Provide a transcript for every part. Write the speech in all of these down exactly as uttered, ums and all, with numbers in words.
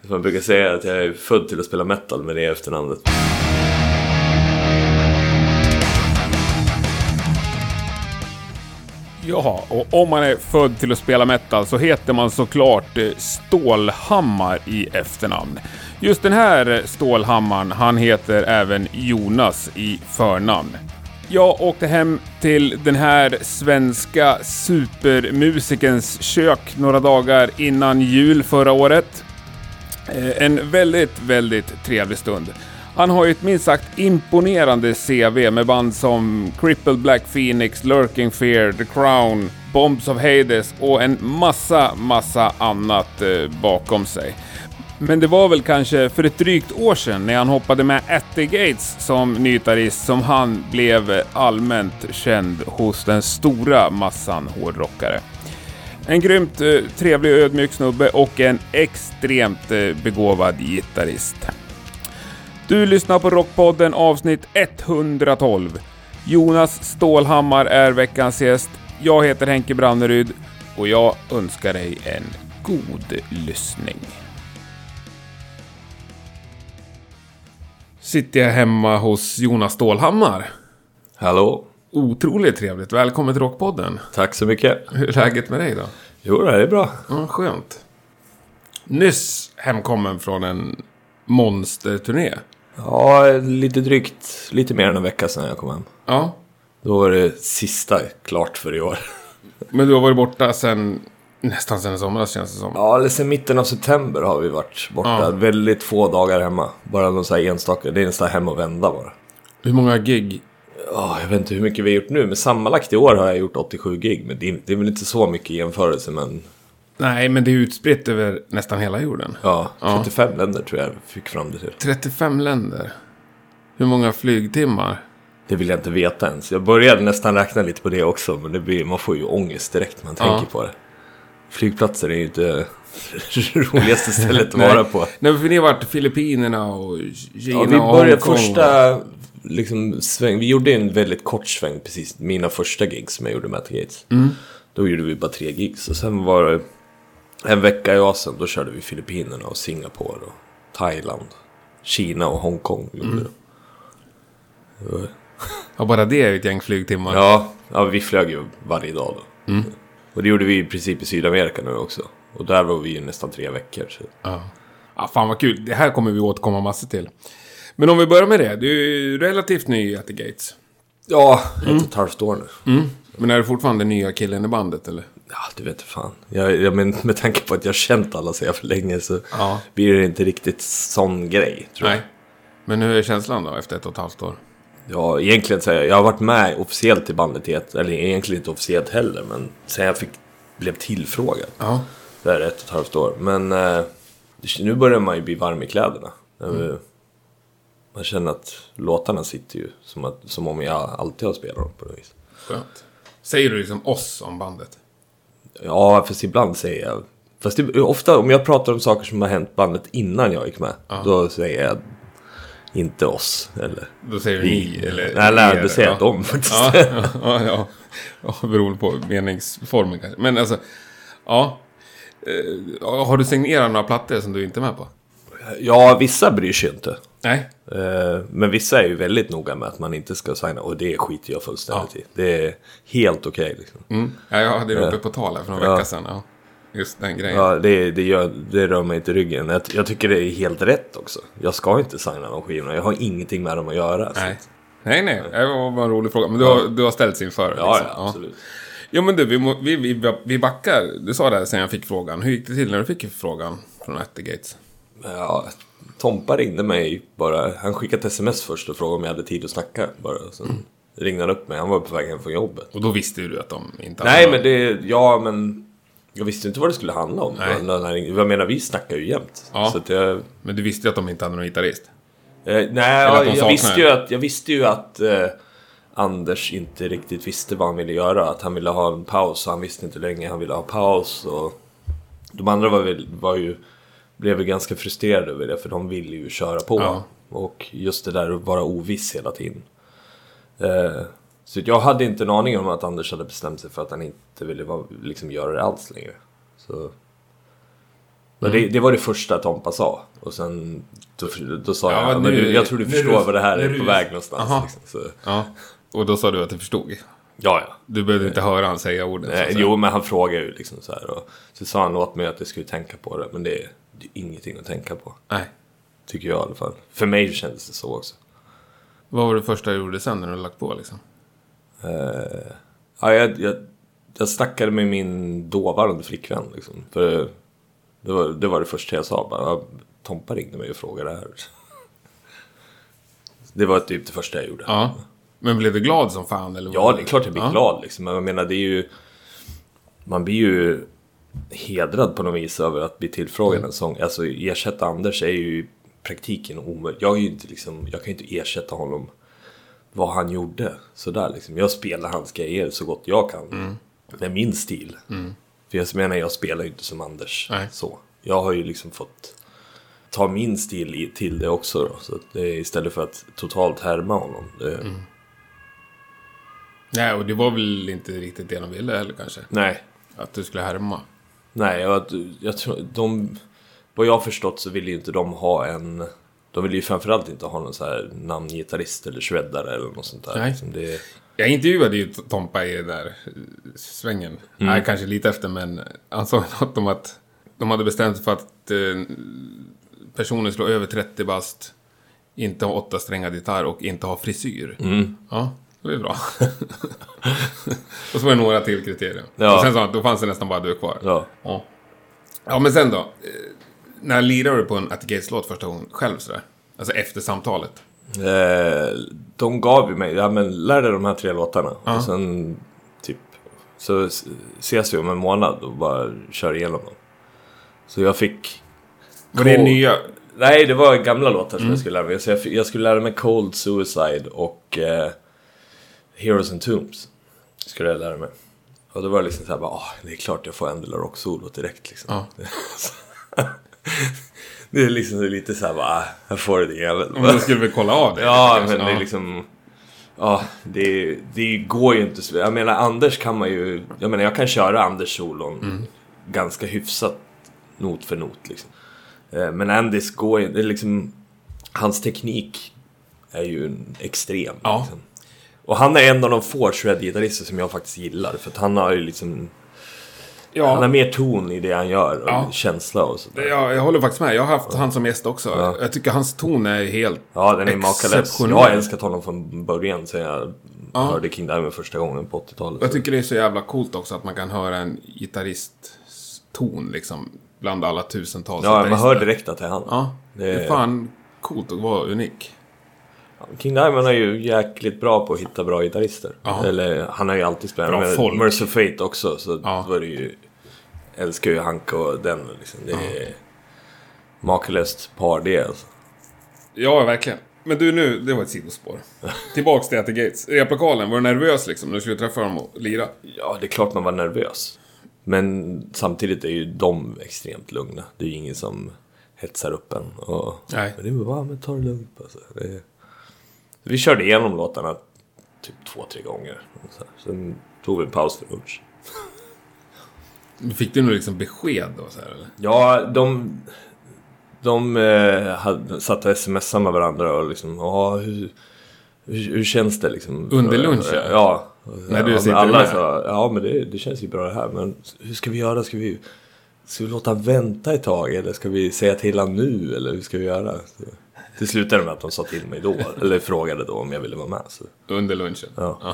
Man brukar säga att jag är född till att spela metal med det efternamnet. Ja, och om man är född till att spela metal så heter man såklart Stålhammar i efternamn. Just den här Stålhammaren, han heter även Jonas i förnamn. Jag åkte hem till den här svenska supermusikens kök några dagar innan jul förra året. En väldigt, väldigt trevlig stund. Han har ju ett minst sagt imponerande C V med band som Crippled Black Phoenix, Lurking Fear, The Crown, Bombs of Hades och en massa, massa annat eh, bakom sig. Men det var väl kanske för ett drygt år sedan när han hoppade med At the Gates som ny gitarrist som han blev allmänt känd hos den stora massan hårdrockare. En grymt eh, trevlig och ödmjuk snubbe och en extremt eh, begåvad gitarrist. Du lyssnar på Rockpodden avsnitt etthundratolv. Jonas Stålhammar är veckans gäst. Jag heter Henke Branneryd och jag önskar dig en god lyssning. Sitter jag hemma hos Jonas Stålhammar. Hallå. Otroligt trevligt. Välkommen till Rockpodden. Tack så mycket. Hur är läget med dig då? Jo, det är bra. Ja, skönt. Nyss hemkommen från en monsterturné. Ja, lite drygt. Lite mer än en vecka sedan jag kom hem. Ja. Då var det sista klart för i år. Men du har varit borta sen nästan sen somras känns det som. Ja, eller sen mitten av september har vi varit borta. Ja. Väldigt få dagar hemma. Bara någon så här enstaka. Det är en sån här hem och vända bara. Hur många gig? Ja, jag vet inte hur mycket vi har gjort nu. Men sammanlagt i år har jag gjort åttiosju gig. Men det är, det är väl inte så mycket i jämförelse, men... Nej, men det är utspritt över nästan hela jorden. Ja, trettiofem ja. länder tror jag fick fram det till. trettiofem länder? Hur många flygtimmar? Det vill jag inte veta ens. Jag började nästan räkna lite på det också. Men det blir, man får ju ångest direkt när man ja. tänker på det. Flygplatser är ju inte det roligaste stället att vara på. Nej, för ni har varit Filippinerna och Kina ja, vi och började Hongkong. första liksom, sväng. Vi gjorde en väldigt kort sväng precis. Mina första gigs som jag gjorde med At the Gates. Mm. Då gjorde vi bara tre gigs. Och sen var det en vecka i Asien. Då körde vi Filippinerna och Singapore och Thailand. Kina och Hongkong gjorde mm. det. Ja, bara det är ett gäng flygtimmar. Ja, ja, vi flög ju varje dag då. Mm. Och det gjorde vi i princip i Sydamerika nu också. Och där var vi ju nästan tre veckor. Så. Ja. Ja, fan vad kul. Det här kommer vi återkomma massor till. Men om vi börjar med det. Du är ju relativt ny i At the Gates. Ja, ett mm. och ett halvt år nu. Mm. Men är du fortfarande nya killen i bandet, eller? Ja, du vet fan. Jag, jag men, med tanke på att jag har känt alla så för länge så ja. blir det inte riktigt sån grej, tror Nej. jag. Men hur är känslan då efter ett och ett halvt år? Ja, egentligen så jag, jag har varit med officiellt i bandet i ett, eller egentligen inte officiellt heller, men sen jag fick, blev tillfrågad. Ja. Det är ett och ett halvt år. Men eh, nu börjar man ju bli varm i kläderna. Mm. Man känner att låtarna sitter ju som, att, som om jag alltid har spelat dem på det vis. Skönt. Säger du liksom oss om bandet? Ja, fast ibland säger jag. Fast det, ofta om jag pratar om saker som har hänt bandet innan jag gick med, ja. då säger jag inte oss. Eller då säger vi ni, eller nej, nej, då säger jag ja. dem faktiskt. Ja, ja, ja, ja. ja beroende på meningsformen kanske. Men alltså, ja. Uh, har du signerat några plattor som du inte är med på? Ja, vissa bryr sig inte. Nej. Uh, men vissa är ju väldigt noga med att man inte ska signa. Och det skiter jag fullständigt ja. i. Det är helt okej okay, liksom. Mm. Ja, jag hade det uppe uh, på tal här för några ja. vecka sedan. Ja. Just den grejen. Ja, det, det, gör, det rör mig inte i ryggen. Jag, jag tycker det är helt rätt också. Jag ska inte signa de skivorna. Jag har ingenting med dem att göra. Nej, nej, nej. Det var bara en rolig fråga. Men du har, du har ställt inför. Liksom. Ja, ja, absolut. Ja. Ja, men du, vi, vi, vi, vi backar. Du sa det här sen jag fick frågan. Hur gick det till när du fick frågan från At the Gates? Ja, Tompa ringde mig bara. Han skickade ett sms först och frågade om jag hade tid att snacka. Bara. Sen mm. ringde han upp mig. Han var på väg hem från jobbet. Och då visste du att de inte hade... Nej, men det... Ja, men... Jag visste inte vad det skulle handla om. Jag menar, vi snackar ju jämt. Ja. Så att jag... Men du visste ju att de inte hade någon gitarrist? Eh, nej, jag, jag, visste ju att, jag visste ju att eh, Anders inte riktigt visste vad han ville göra. Att han ville ha en paus och han visste inte hur länge han ville ha paus. Och de andra var, väl, var ju, blev väl ganska frustrerade över det, för de ville ju köra på. Ja. Och just det där att vara oviss hela tiden. Eh, Så jag hade inte en aning om att Anders hade bestämt sig för att han inte ville vara, liksom, göra det alls längre. Så Mm. Det, det var det första Tompa sa. Och sen då, då sa ja, jag, nu, men du, jag tror du förstår du, vad det här är du, på väg någonstans. Liksom, så. Ja. Och då sa du att du förstod. Ja, ja. Du behövde inte höra han säga orden. Nej, jo, men han frågade ju liksom så här. Och så sa han åt mig att jag skulle tänka på det. Men det är, det är ingenting att tänka på. Nej. Tycker jag i alla fall. För mig kändes det så också. Vad var det första du gjorde sen när du lagt på liksom? Uh, ja, jag, jag, jag snackade med min dåvarande flickvän liksom. För det var, det var det första jag sa. Bara, Tompa ringde mig och frågade det här. Det var typ det första jag gjorde. Ja. Men blev du glad som fan? Eller ja, det är klart jag blir ja. glad liksom. Men jag menar, det är ju... Man blir ju hedrad på något vis över att bli tillfrågad mm. en sång. Alltså, ersätta Anders är ju i praktiken omöjligt. Jag är ju inte liksom... Jag kan ju inte ersätta honom vad han gjorde. Sådär liksom. Jag spelar hans grejer så gott jag kan. Mm. Med min stil. Mm. För jag menar, jag spelar ju inte som Anders. Nej. Så. Jag har ju liksom fått ta min stil i, till det också då. Så att det är istället för att totalt härma honom. Det... Mm. Nej, och det var väl inte riktigt det de ville heller kanske. Nej. Att du skulle härma. Nej, jag, jag tror de... Vad jag har förstått så vill ju inte de ha en... De vill ju framförallt inte ha någon så här namngitarrist eller shreddare eller något sånt där. Nej. Liksom det... Jag intervjuade ju Tompa i den där svängen. Mm. Nej, kanske lite efter, men han sa något om att de hade bestämt sig för att eh, personen slår över trettio bast, inte har åtta strängad gitarr och inte har frisyr. Mm. Ja, det är bra. Och så var det några till kriterier. Ja. Och sen sa han att då fanns det nästan bara du kvar. Ja. Ja. Ja, men sen då. Eh, när lirade du på en At the Gates-låt första gången själv sådär? Alltså efter samtalet. Eh, de gav ju mig, ja men lärde de här tre låtarna. Ja. Och sen typ så ses vi om en månad och bara kör igenom dem. Så jag fick... Var det nya? Nej, det var gamla låtar som mm. jag skulle lära mig. Så jag, jag skulle lära mig Cold Suicide och eh, Heroes and Tombs skulle jag lära mig. Och då var det liksom så här, bara, åh, det är klart jag får Andela Rock solo direkt liksom. Ja. Det är liksom lite så här, bara, jag får det jävel. Men då skulle vi kolla av det. Ja, men det är liksom... Ja, det, det går ju inte... Jag menar, Anders kan man ju... Jag menar, jag kan köra Anders solon mm. ganska hyfsat not för not, liksom. Men Andys går ju... Det är liksom... Hans teknik är ju extrem, ja. liksom. Och han är en av de få shred-gitarrister som jag faktiskt gillar. För att han har ju liksom... Ja. Han har mer ton i det han gör och ja. känsla och sådär. Ja, jag håller faktiskt med. Jag har haft ja. han som gäst också. Ja. Jag tycker hans ton är helt ja, den är makalös. Jag har älskat honom från början så jag ja. hörde King Diamond första gången på åttiotalet. Jag tycker det är så jävla coolt också att man kan höra en gitarrist-ton liksom bland alla tusentals ja, man hör direkt att det är han. Ja, det är, det är fan coolt att vara unik. King Diamond är ju jäkligt bra på att hitta bra gitarrister. Aha. Eller han har ju alltid spelat med folk. Mercy of Fate också. Så ja. då är det ju... Älskar ju Hank och den liksom. Det är ja. makalöst par det alltså. Ja, verkligen. Men du nu, det var ett sidospår. Tillbaks till At the Gates. Replokalen, var du nervös liksom när du skulle träffa dem och lira? Ja, det är klart man var nervös. Men samtidigt är ju de extremt lugna. Det är ju ingen som hetsar upp en. Och... Nej. Men det är bara, men ta det lugnt alltså. Det är... Vi körde igenom låtarna typ två, tre gånger. Sen tog vi en paus för lunch. Fick du nog liksom besked då? Så här, eller? Ja, de, de eh, hade satt och smsade med varandra och liksom, ja, hur, hur, hur känns det liksom? Under lunchen? Ja. När du ja, sitter alla med? sa, ja, men det, det känns ju bra det här. Men hur ska vi göra? Ska vi, ska vi låta vänta ett tag? Eller ska vi säga till han nu? Eller hur ska vi göra? Så. Det slutade med att de sa till mig då. Eller frågade då om jag ville vara med. Så. Under lunchen? Ja. ja.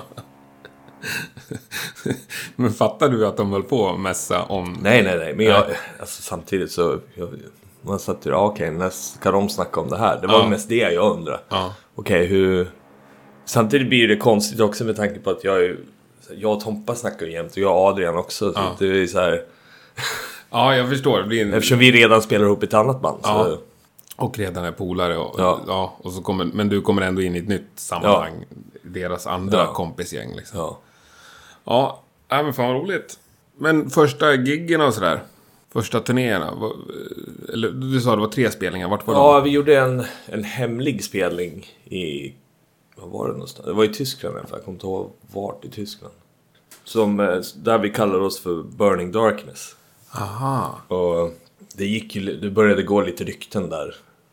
Men fattar du att de höll på att mässa om... Nej, nej, nej. Men jag, alltså, samtidigt så... Jag, man satt ju, ja, okej, när ska de snacka om det här? Det var ja. mest det jag undrar. Ja. Okej, hur... Samtidigt blir det konstigt också med tanke på att jag är... Jag och Tompa snackar ju jämt och jag och Adrian också. Så ja. det är så här... Ja, jag förstår. Det blir en... Eftersom vi redan spelar ihop ett annat band. Ja. Så... Och redan är polare. Och, ja. Ja, och så kommer, men du kommer ändå in i ett nytt sammanhang. Ja. Deras andra ja. kompisgäng. Liksom. Ja. Ja, äh, men fan vad roligt. Men första giggen och sådär. Första turnéerna. Var, eller du sa det var tre spelningar. Vart var ja, de? vi gjorde en, en hemlig spelning i... Vad var det någonstans? Det var i Tyskland. Jag kommer inte ihåg vart i Tyskland. Som, där vi kallar oss för Burning Darkness. Aha. Och det gick ju, det började gå lite rykten där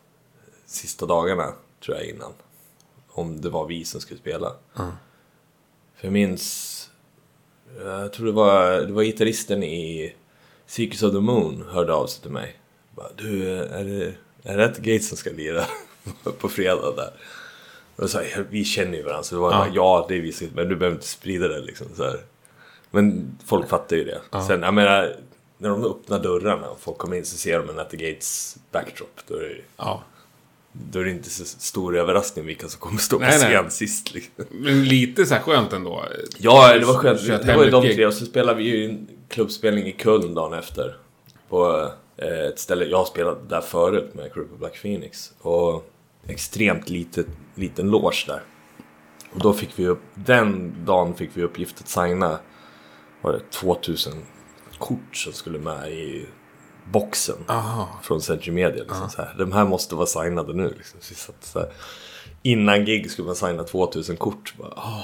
sista dagarna, tror jag, innan. Om det var vi som skulle spela. Mm. För jag minns, jag tror det var, det var gitarristen i Circus of the Moon hörde av sig till mig. Bara, du, är det, är det Gates som ska lira på fredag där? Och så här, vi känner ju varandra, så det var ja, bara, ja det är vi, men du behöver inte sprida det liksom, så här. Men folk fattar ju det. Ja. Sen, jag menar, när de öppnar dörrarna och folk kommer in så ser de en At the Gates backdrop, då är det, ja, då är det inte så stor överraskning vilka som kommer stå på nej, scen nej. sist liksom. Men lite så här skönt ändå. Ja, det var skönt. Det, det var ju de tre, och så spelade vi ju en klubbspelning i Köln dagen efter på ett ställe jag har spelat där förut med Cripple Black Phoenix, och extremt litet, liten loge där. Och då fick vi upp, den dagen fick vi uppgift att signa, var det tvåtusen kort som skulle med i boxen. Aha. Från Century Media liksom, så här. De här måste vara signade nu liksom. Så att, så här, innan gig skulle man signa tvåtusen kort bara, åh.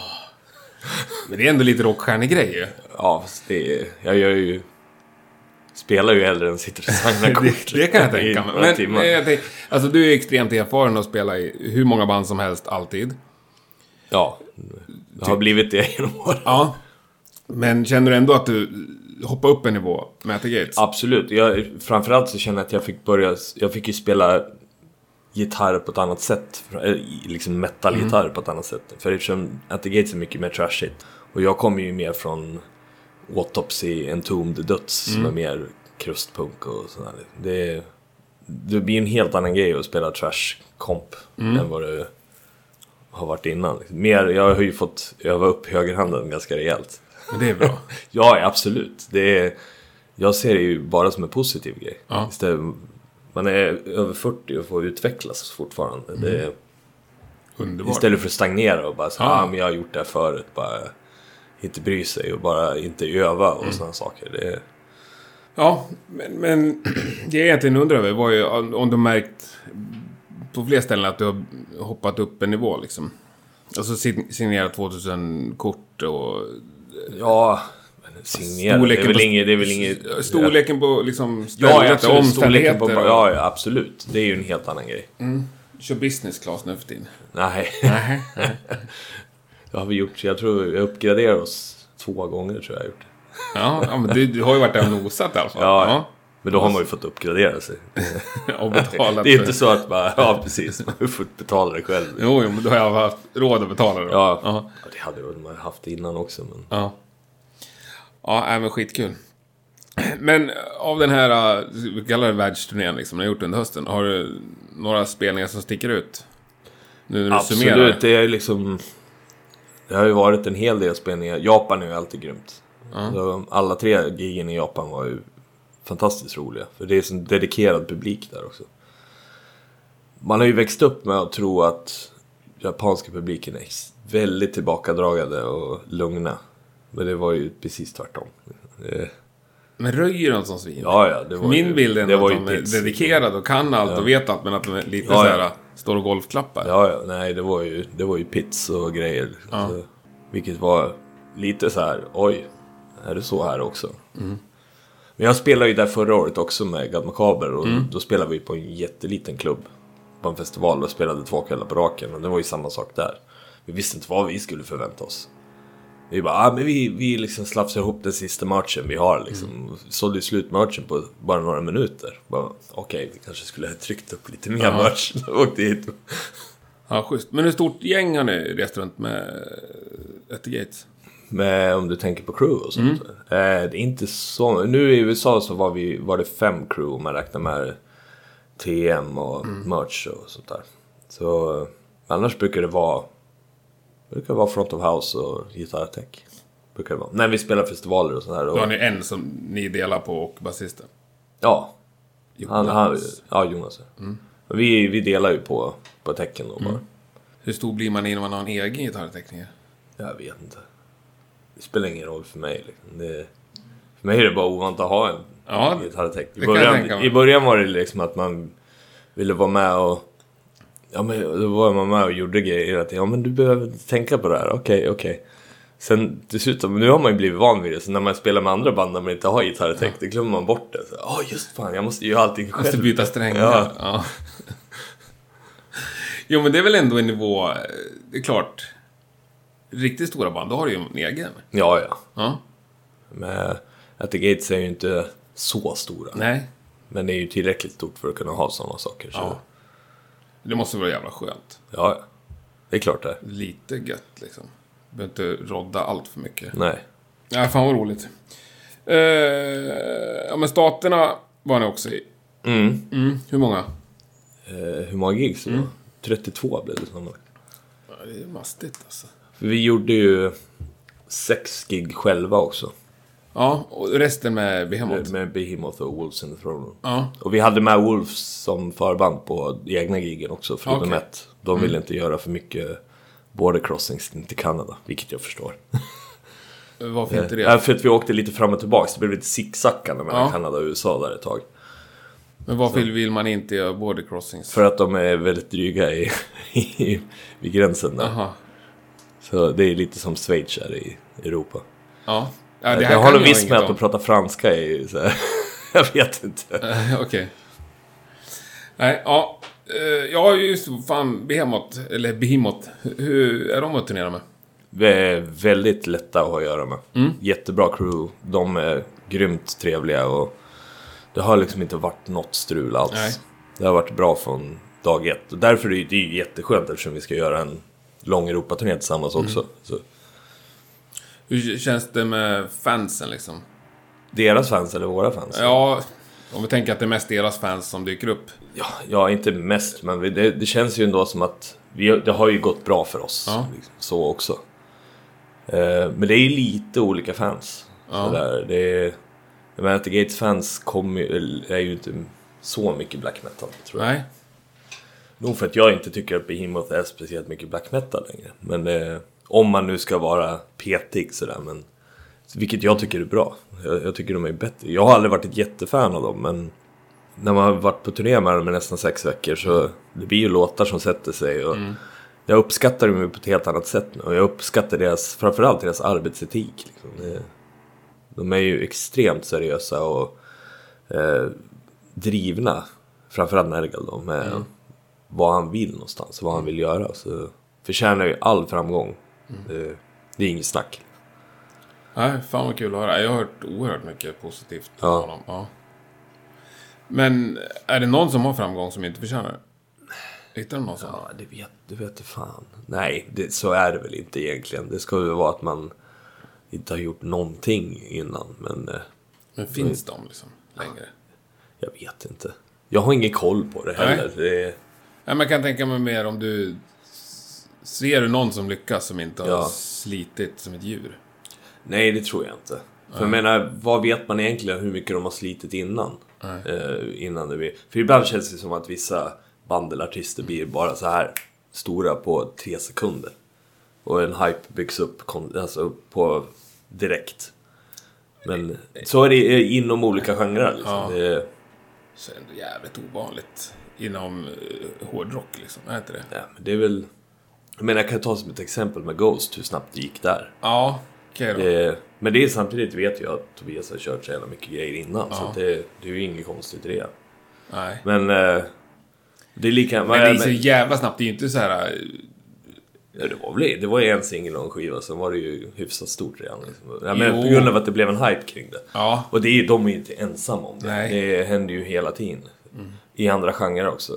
Men det är ändå lite rockstjärnegrej. Ja, det är, jag gör ju spelar ju hellre än sitter och signar kort. det, det kan jag tänka mig. Men, men jag tänk, alltså du är extremt erfaren att spela i hur många band som helst alltid. Ja, det har blivit det genom åren. Ja. Men känner du ändå att du hoppar upp en nivå med At the Gates? Absolut. Jag, framförallt så känner jag att jag fick börja, jag fick ju spela gitarr på ett annat sätt, liksom metal-gitarr mm. på ett annat sätt. För eftersom At the Gates är mycket mer trashigt, och jag kommer ju mer från Autopsy, Entombed, Döds mm. som är mer krustpunk och sådär. Det, det blir en helt annan grej att spela trash-komp mm. än vad det har varit innan. Mer, jag har ju fått öva upp högerhanden ganska rejält. Men det är bra. Ja, absolut. Det är, jag ser det ju bara som en positiv grej. Ja. Istället, man är över fyrtio och får utvecklas fortfarande. Mm. Det är, underbart. Istället för att stagnera och bara så, ja. ah, men jag har gjort det här förut. Bara inte bry sig och bara inte öva och mm. sådana saker. Det är... Ja, men, men det jag egentligen undrar över var ju om du märkt på fler ställen att du har hoppat upp en nivå liksom. Alltså signerat tvåtusen kort och... Ja, men signera, det är väl inget... Det är väl inget storleken på liksom... Ja, absolut, storleken på... Ja, ja, absolut. Det är ju en helt annan grej. Mm. Kör business class nu för tiden. Nej. Nej. Det har vi gjort. Jag tror vi uppgraderar oss två gånger, tror jag jag har gjort. Ja, ja men du, du har ju varit där och nosat i alla fall. Ja, ja. Men då har man ju fått uppgradera sig. Och betala. Det är inte så att bara, ja precis, man har fått betala det själv. Jo, jo men då har jag haft råd att betala det. Ja, ja, det hade man haft innan också. Men... Ja, ja äh, men skitkul. Men av den här, vi kallar det världsturnén liksom, ni har gjort under hösten. Har du några spelningar som sticker ut? Nu när du absolut, summerar. det är liksom... Det har ju varit en hel del spelningar. Japan är ju alltid grymt. Uh-huh. Alla tre gigen i Japan var ju fantastiskt roliga. För det är en dedikerad publik där också. Man har ju växt upp med att tro att japanska publiken är väldigt tillbakadragade och lugna. Men det var ju precis tvärtom. Det... Men röjer de som svin? Ja, ja. Det var min ju, bild är det att var de är pits. dedikerade och kan allt ja. och vet allt. Men att de är lite ja, så här, ja. står och golfklappar. Ja, ja. Nej, det var ju, det var ju pits och grejer. Ja. Så, vilket var lite så här, oj, är det så här också? Mm. Men jag spelade ju där förra året också med God Macabre. Och mm. då spelade vi på en jätteliten klubb på en festival och spelade två kvällar på raken. Och det var ju samma sak där. Vi visste inte vad vi skulle förvänta oss. Vi bara, ah, men vi, vi liksom slafsar ihop den sista matchen vi har liksom. Mm. Sålde ju slut matchen på bara några minuter. Okej, okay, vi kanske skulle ha tryckt upp lite mer uh-huh. match. Och åkte hit. Ja, schysst. Men hur stort gäng har ni rest runt med At the Gates? Med, om du tänker på crew och sånt. Mm. Eh, det är inte så... Nu i U S A så var, vi, var det fem crew om man räknar med T M och mm. merch och sånt där. Så annars brukar det vara... Det brukar vara front of house och gitarrtech. Brukar det vara. När vi spelar festivaler och sånt här. Då har ni en som ni delar på och basisten? Ja. Jonas. Han, han, ja, Jonas. Mm. Vi, vi delar ju på, på tecken då bara. Mm. Hur stor blir man innan man har en egen gitarrtekniker? Jag vet inte. Det spelar ingen roll för mig. Liksom. Det, för mig är det bara ovant att ha en ja, gitarrtekniker. I början, I början var det liksom att man ville vara med och... Ja, men då var man med och gjorde grejer att ja, men du behöver tänka på det här. Okej, okay, okej. Okay. Sen dessutom, nu har man ju blivit van vid det. Så när man spelar med andra band där man inte har gitarreffekt, ja. Då glömmer man bort det. Ja, oh, just fan, jag måste göra allting själv. Jag måste byta strängar. Ja. Ja. Jo, men det är väl ändå en nivå, det är klart, riktigt stora band, då har du ju en egen. Ja, ja. Ja. Men At the Gates är ju inte så stora. Nej. Men det är ju tillräckligt stort för att kunna ha sådana saker. Så. Ja. Det måste vara jävla skönt. Ja, det är klart det. Lite gött liksom. Du behöver inte rodda allt för mycket. Nej. Ja, fan vad roligt. Uh, ja, men Staterna var ni också i. Mm. Mm. Hur många? Uh, hur många gigs? Mm. trettiotvå blev det sammanlagt. Ja, det är mastigt alltså. För vi gjorde ju sex gig själva också. Ja, och resten med Behemoth. Med Behemoth och Wolves in the Throne Room. Ja. Och vi hade med Wolves som förband på egna gigen också. Förutom okay. ett. De ville mm. inte göra för mycket border crossings till Kanada. Vilket jag förstår. Varför inte det? Ja, för att vi åkte lite fram och tillbaka. Det blev lite zigzackande mellan ja. Kanada och U S A där ett tag. Men varför så. Vill man inte göra border crossings? För att de är väldigt dryga i, i, vid gränsen där. Aha. Så det är lite som Schweiz här i Europa. Ja. Ja, det här jag har en viss med att de pratar franska i, så här. Jag vet inte. Uh, Okej. Okay. Nej, ja. Uh, ja, just fan, Behemoth, eller Behemoth. Hur är de att turnera med? Vi är väldigt lätta att ha att göra med. Mm. Jättebra crew. De är grymt trevliga och det har liksom inte varit något strul alls. Nej. Det har varit bra från dag ett. Och därför är det ju jätteskönt eftersom vi ska göra en lång Europaturné tillsammans mm. också. Så. Hur känns det med fansen liksom? Deras fans eller våra fans? Ja, om vi tänker att det är mest deras fans som dyker upp. Ja, ja inte mest, men vi, det, det känns ju ändå som att vi, det har ju gått bra för oss. Ja. Liksom, så också. Eh, men det är ju lite olika fans. Ja. Så där, det är, jag menar att The Gates fans kommer, är ju inte så mycket black metal, tror jag. Nej. Nog för att jag inte tycker att Behemoth är speciellt mycket black metal längre. Men eh, om man nu ska vara petig sådär, men vilket jag tycker är bra. Jag, jag tycker de är bättre. Jag har aldrig varit ett jättefan av dem, men när man har varit på turné med dem i nästan sex veckor så det blir ju låtar som sätter sig och mm. jag uppskattar dem på ett helt annat sätt nu. Och jag uppskattar deras, framförallt deras arbetsetik. Liksom. Det, de är ju extremt seriösa och eh, drivna. Framförallt Nergal då, med mm. vad han vill någonstans, vad han vill göra. Så förtjänar ju all framgång. Mm. Det, det är inget snack. Nej, fan vad kul att höra. Jag har hört oerhört mycket positivt ja. Av honom. Ja. Men är det någon som har framgång som inte förtjänar? Hittar de någon som? Ja, det vet du vet det fan. Nej, det, så är det väl inte egentligen. Det ska ju vara att man inte har gjort någonting innan. Men, men finns men, de liksom längre? Jag vet inte. Jag har ingen koll på det heller. Nej. Det... Nej, man kan tänka mig mer om du ser du någon som lyckas som inte har ja. Slitit som ett djur. Nej, det tror jag inte. För jag menar, vad vet man egentligen hur mycket de har slitit innan? Eh, innan det blir... För ibland känns det som att vissa band eller artister blir bara så här stora på tre sekunder. Och en hype byggs upp alltså på direkt. Men så är det inom olika genrer. Liksom. Ja. Det... Så är det jävligt ovanligt inom uh, hårdrock liksom, är inte det? Ja, men det är väl... Jag menar, jag kan ta som ett exempel med Ghost, hur snabbt det gick där. Ja, okej okay det, men det är samtidigt vet jag att Tobias har kört så jävla mycket grejer innan. Ja. Så det, det är ju inget konstigt i det. Nej. Men uh, det är lika... Men det är så jävla snabbt, det är ju inte så här... Uh... Ja, det var väl det var en singel och en skiva, sen var det ju hyfsat stort redan. Liksom. Ja, men på grund av att det blev en hype kring det. Ja. Och det är, de är ju inte ensamma om det. Nej. Det händer ju hela tiden. Mm. I andra genrer också.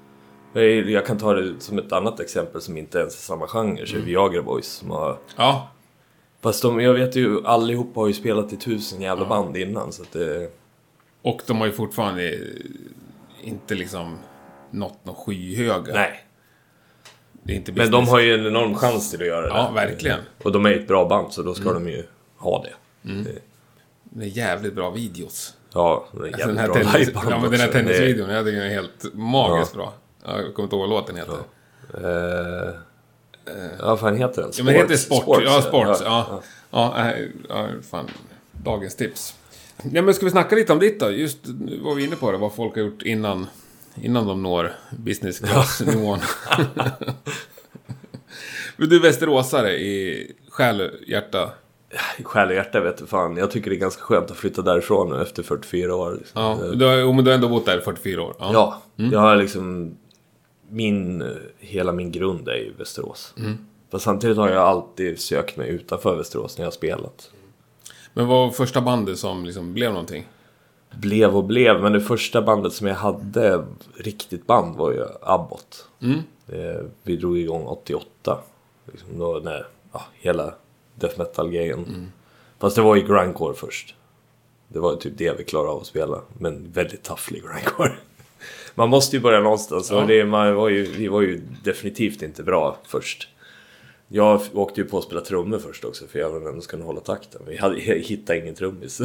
Jag kan ta det som ett annat exempel som inte ens är samma genre. Så mm. Viagra Boys som har... Ja. Fast de, jag vet ju, allihopa har ju spelat i tusen jävla ja. Band innan. Så att det... Och de har ju fortfarande inte liksom nått någon skyhöga. Nej. Det är inte men de har ju en enorm chans till att göra det. Ja, verkligen. Och de är ett bra band, så då ska mm. de ju ha det. Mm. Det... det är jävligt bra videos. Ja, det är jävligt alltså, den bra tennis... Ja, men den här tennisvideon, det... jag tycker den är helt magiskt ja. Bra. Jag kommer inte ihåg vad låten heter. Ja, uh... ja vad fan heter den? Sport. Ja, men heter Sport. Sports, ja, Sports. Ja, ja. ja. ja, ja fan. Dagens tips. Ja, men ska vi snacka lite om ditt då? Just var vi inne på det, vad folk har gjort innan, innan de når business class-nivån. Men du är västeråsare i själ och hjärta? I själ och hjärta vet du fan. Jag tycker det är ganska skönt att flytta därifrån nu efter fyrtiofyra år. Liksom. Ja, du har, men du har ändå bott där i fyrtiofyra år. Ja, ja mm. jag har liksom... Min, hela min grund är ju Västerås. Mm. Fast samtidigt har jag alltid sökt mig utanför Västerås när jag har spelat. Men vad var första bandet som liksom blev någonting? Blev och blev, men det första bandet som jag hade riktigt band var ju Abbott. Mm. Det, vi drog igång åttioåtta. Liksom då när ja, hela death metal-grejen. Mm. Fast det var ju grindcore först. Det var ju typ det vi klarade av att spela. Men väldigt tafflig grindcore. Man måste ju börja någonstans. Ja. Och det, man var ju, vi var ju definitivt inte bra först. Jag åkte ju på att spela trummor först också. För jag var den som skulle hålla takten. Vi hade, jag hittade ingen trummis.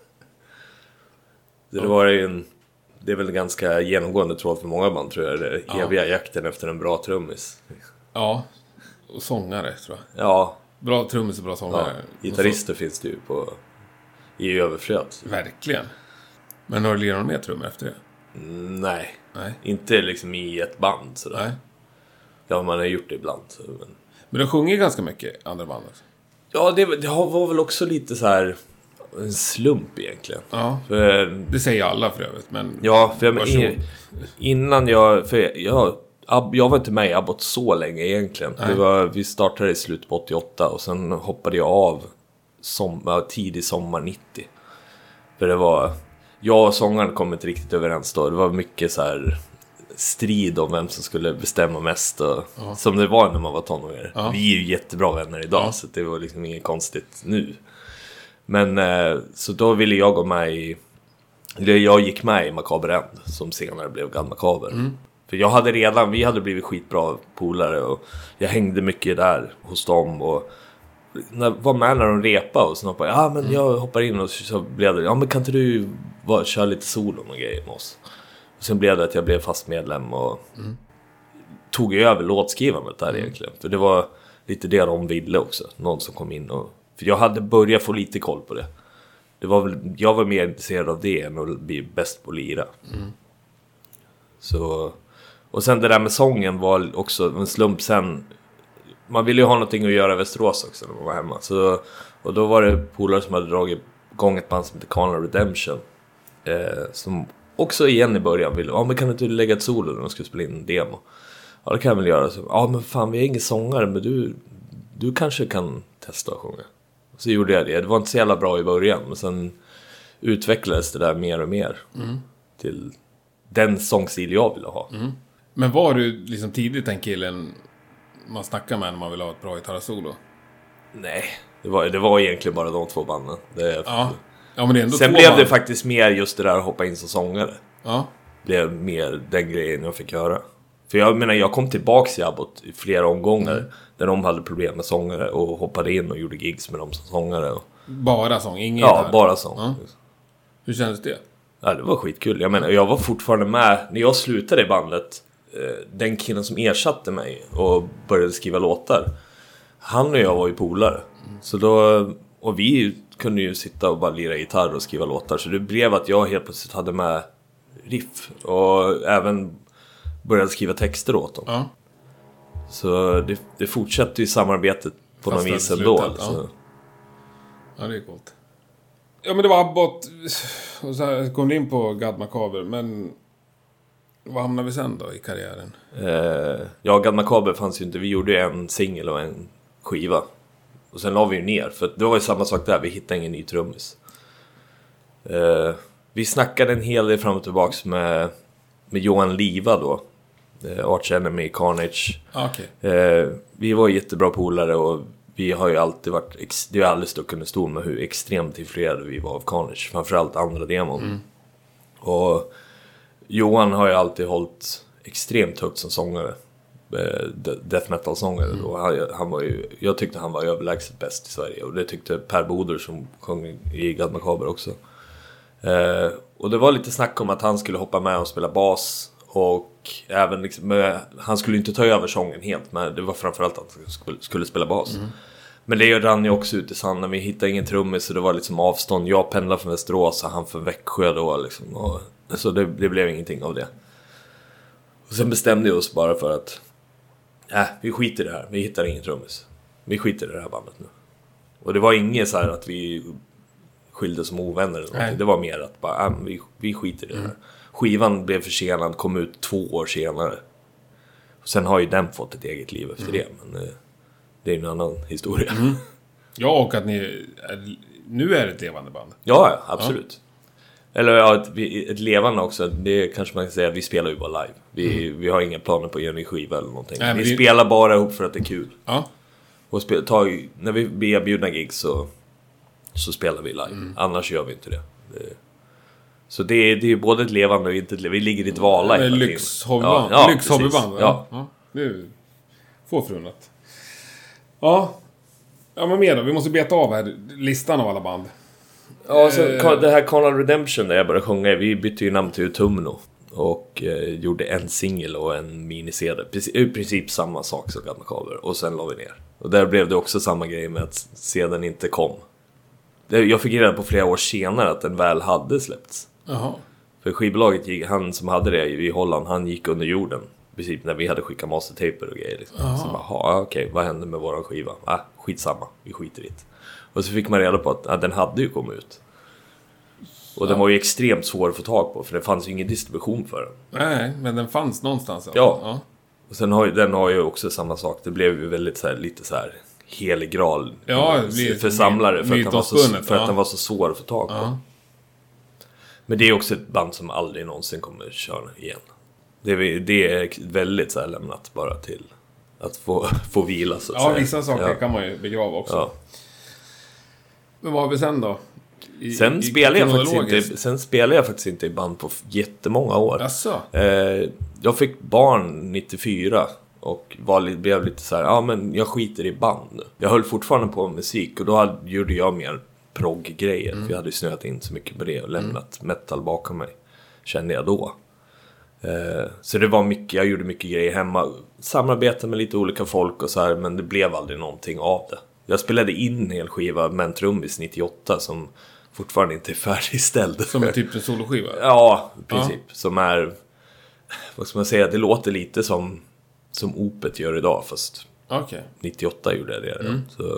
Det var ju en... Det är väl ganska genomgående tråd för många band tror jag. Det eviga ja. jakten efter en bra trummis. Ja, och sångare tror jag. Ja. Bra trummis och bra sångare. Ja. Gitarrister så... finns det ju på... i överflöd. Verkligen. Men har du lirat med trummor efter det? Mm, nej. nej. Inte liksom i ett band sådär. Nej. Ja, man har gjort det ibland. Så, men... men du sjunger ganska mycket andra band också. Ja, det, det var väl också lite så här... en slump egentligen. Ja, för, det säger alla för övrigt. Men ja, för jag, in, innan jag... För jag, jag var inte med i Abbott så länge egentligen. Det var, vi startade i slutet på åttioåtta och sen hoppade jag av som, tidig sommar nittio. För det var... Jag och sångaren kom inte riktigt överens då. Det var mycket så här strid om vem som skulle bestämma mest. Och, ja. Som det var när man var tonåring. Ja. Vi är ju jättebra vänner idag ja. Så det var liksom inget konstigt nu. Men eh, så då ville jag gå med i... Jag gick med i Macaber End som senare blev God Macaber. Mm. För jag hade redan... Vi hade blivit skitbra polare och jag hängde mycket där hos dem och... När, var med när de repade och så hoppade ja men mm. jag hoppar in och så blev det ja men kan inte du var, köra lite solo och grejer med oss. Och sen blev det att jag blev fast medlem och mm. tog över låtskrivandet där mm. egentligen. För det var lite det de ville också. Någon som kom in och... För jag hade börjat få lite koll på det. Det var väl, jag var mer intresserad av det än att bli bäst på att lira. Mm. Så... Och sen det där med sången var också en slump sen... Man ville ju ha någonting att göra i Västerås också när man var hemma. Så, och då var det polare som hade dragit igång ett band som heter Carnal Redemption. Eh, som också igen i början ville, ja men kan inte du lägga ett solo när de skulle spela in en demo? Ja det kan jag väl göra. Så, ja men fan vi är ingen sångare men du, du kanske kan testa att sjunga. Så gjorde jag det. Det var inte så jävla bra i början. Men sen utvecklades det där mer och mer. Mm. Till den sångstil jag ville ha. Mm. Men var du liksom tidigt den killen... man snackar med när man vill ha ett bra gitarrsolo? Nej, det var, det var egentligen bara de två banden. Det, ja. Ja, men det är ändå sen två blev band. Det faktiskt mer just det där att hoppa in som sångare. Ja. Det blev mer den grejen jag fick göra. För jag menar, jag kom tillbaks i Abbott i flera omgångar mm. där de hade problem med sångare och hoppade in och gjorde gigs med dem som sångare. Och... Bara sång? Ingen ja, gitarr. Bara sång. Ja. Hur kändes det? Ja, det var skitkul. Jag menar, jag var fortfarande med när jag slutade i bandet. Den killen som ersatte mig och började skriva låtar, han och jag var ju polare. Mm. Så då, och vi kunde ju sitta och bara lira gitarr och skriva låtar. Så det blev att jag helt plötsligt hade med riff och även började skriva texter åt dem. Ja. Så det, det fortsatte ju samarbetet på något vis ändå. Ja. Ja, det är coolt. Ja, men det var Abbott och så kom du in på God Macaber, men vad hamnade vi sen då i karriären? Eh, ja, God Macaber fanns ju inte. Vi gjorde en singel och en skiva. Och sen la vi ju ner. För det var ju samma sak där. Vi hittade ingen ny trummis. Eh, vi snackade en hel del fram och tillbaka med, med Johan Liva då. Eh, Arch Enemy, Carnage. Okay. Eh, vi var jättebra polare och vi har ju alltid varit... Ex- det är alldeles stuck under stol med hur extremt influerade vi var av Carnage. Framförallt andra demon. Mm. Och... Johan har ju alltid hållit extremt högt som sångare. Death metal-sångare. Mm. Och han, han var ju, jag tyckte han var överlägset bäst i Sverige. Och det tyckte Per Boder som sjöng i God Macaber också. Eh, och det var lite snack om att han skulle hoppa med och spela bas. Och även liksom, med, han skulle inte ta över sången helt. Men det var framförallt att han skulle, skulle spela bas. Mm. Men det rann ju också ut i sanden. Vi hittade ingen trummis så det var liksom avstånd. Jag pendlade från Västerås och han från Växjö då liksom. Och, så det, det blev ingenting av det. Och sen bestämde vi oss bara för att äh, vi skiter i det här. Vi hittar ingen trummis. Vi skiter i det här bandet nu. Och det var inget så här att vi skilde som ovänner eller någonting. Det var mer att bara, äh, vi, vi skiter i det här. Mm. Skivan blev försenad, kom ut två år senare. Och sen har ju den fått ett eget liv efter mm. det. Men eh, det är en annan historia. Mm. Ja, och att ni är, nu är det ett levande band. Ja, absolut. Ja. Eller ja, ett, ett levande också. Det kanske man kan säga, vi spelar ju bara live. Vi, mm. vi har inga planer på att göra en skiva eller någonting. Nej, vi, vi spelar bara ihop för att det är kul. Ja. Och spela, ta, när vi blir erbjudna gigs så, så spelar vi live. Mm. Annars gör vi inte det. det så det är, det är både ett levande och inte ett levande. Vi ligger i dvala. Det är lyxhobbyband. Ja, ja, lyxhobbyband. Ja. Ja. Det är få förunnat. Ja. Ja, men mer då. Vi måste beta av här listan av alla band. Ja, så eh. det här Carnal Redemption där jag började sjunga. Vi bytte ju namn till Tumno. Och eh, gjorde en singel och en mini-C D. I princip samma sak som gamla cover. Och sen la vi ner. Och där blev det också samma grej med att C D:n inte kom. Jag fick reda på flera år senare att den väl hade släppts. Jaha. För skivbolaget, gick, han som hade det i Holland, han gick under jorden. Precis när vi hade skickat mastertaper och grejer. Liksom. Så bara, okej, okay, vad hände med våran skiva? Ah, skitsamma, vi skiter i det. Och så fick man reda på att ah, den hade ju kommit ut. Och den var ju extremt svår att få tag på, för det fanns ju ingen distribution för den. Nej, men den fanns någonstans. Ja, ja. Och sen har ju, den har ju också samma sak. Det blev ju väldigt så här, lite så här helig graal ja, för samlare. För, att den, var så, för ja. att den var så svår att få tag på. Ja. Men det är också ett band som aldrig någonsin kommer köra igen. Det är, det är väldigt så här lämnat bara till att få, få vila så att ja, säga. Vissa saker ja. kan man ju begrava också. Ja. Men vad har vi sen då? I, sen, i, spelar jag faktiskt inte, sen spelar jag faktiskt inte i band på jättemånga år. Eh, jag fick barn nittiofyra och var, blev lite så här, ja men jag skiter i band nu. Jag höll fortfarande på med musik och då hade, gjorde jag mer progg-grejer. Mm. För jag hade snöat in så mycket på det och lämnat mm. metal bakom mig. Kände jag då. Eh, så det var mycket, jag gjorde mycket grejer hemma. Samarbetade med lite olika folk och så här, men det blev aldrig någonting av det. Jag spelade in en hel skiva med en trummis nittioåtta som fortfarande inte är färdigställd. Som är typ en soloskiva? Ja, i princip. Ja. Som är, vad ska man säga, det låter lite som, som Opet gör idag, fast okay. nittioåtta gjorde jag det. Mm. Så.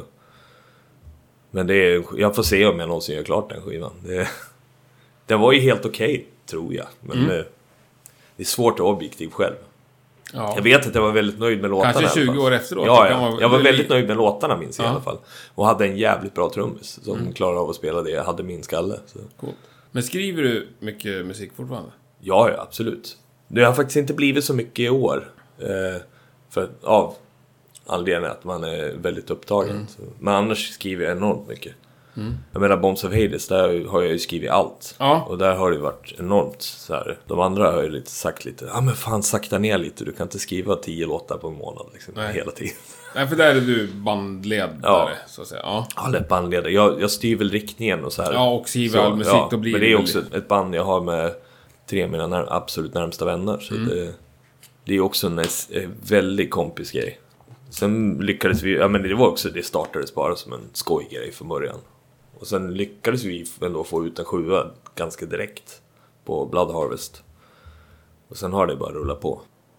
Men det är, jag får se om jag någonsin gör klart den skivan. Det, den var ju helt okej, okay, tror jag. Men mm. det, det är svårt att objektiv själv. Ja. Jag vet att jag var väldigt nöjd med låtarna. Kanske tjugo år efteråt. Ja, ja. Man... Jag var väldigt nöjd med låtarna, minns jag ja. i alla fall. Och hade en jävligt bra trummis som mm. klarade av att spela det. Jag hade min skalle. Så. Cool. Men skriver du mycket musik fortfarande? Ja, ja, absolut. Det har faktiskt inte blivit så mycket i år. Eh, för av anledningen att man är väldigt upptagen. Mm. Så. Men annars skriver jag enormt mycket. Mm. Jag menar, Bombs of Hades, där har jag ju skrivit allt. Ja. Och där har det varit enormt så här. De andra har ju lite sagt lite, ja ah, men fan, sakta ner lite. Du kan inte skriva tio låtar på en månad liksom, hela tiden. Nej, för där är du bandledare, ja. så att säga. Ja, ja det är bandledare. Jag, jag styr väl riktningen och så här. Ja, och skriver all musik ja, och blir. Men det är också ett band jag har med tre av mina när, absolut närmsta vänner. Så mm. det, det är också en, en väldigt kompis grej. Sen lyckades vi, ja men det var också, det startades bara som en skojgrej från början. Och sen lyckades vi ändå få ut en sjua ganska direkt på Blood Harvest. Och sen har det bara rullat på.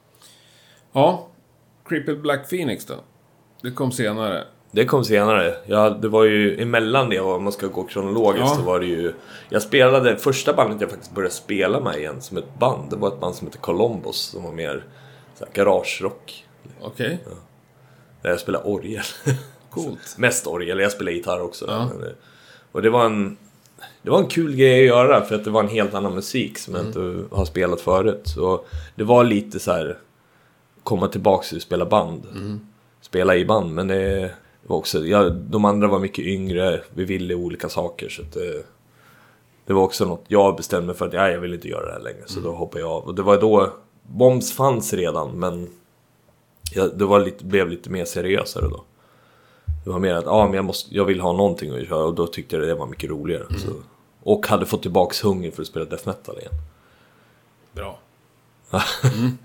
Ja, Crippled Black Phoenix då? Det kom senare. Det kom senare. Ja, det var ju emellan det, om man ska gå kronologiskt, ja. så var det ju... Jag spelade, första bandet jag faktiskt började spela med igen som ett band, det var ett band som heter Columbus, som var mer så här, garage-rock. Okej. Okay. Ja. Där jag spelade orgel. Coolt. Mest orgel, jag spelade gitarr också. Ja. Men, och det var en det var en kul grej att göra, för att det var en helt annan musik som mm. jag inte har spelat förut. Så det var lite så här komma tillbaka och spela band. Mm. Spela i band, men det var också, ja, de andra var mycket yngre, vi ville olika saker, så att det, det var också något jag bestämde för att ja, jag vill inte göra det här längre, så mm. då hoppade jag av. Och det var då Bombs fanns redan, men ja, det var lite, blev lite mer seriösare då. Det var mer att ah, men jag, måste, jag vill ha någonting att köra, och då tyckte jag det var mycket roligare. Mm. Så. Och hade fått tillbaks hunger för att spela death metal igen. Bra. mm.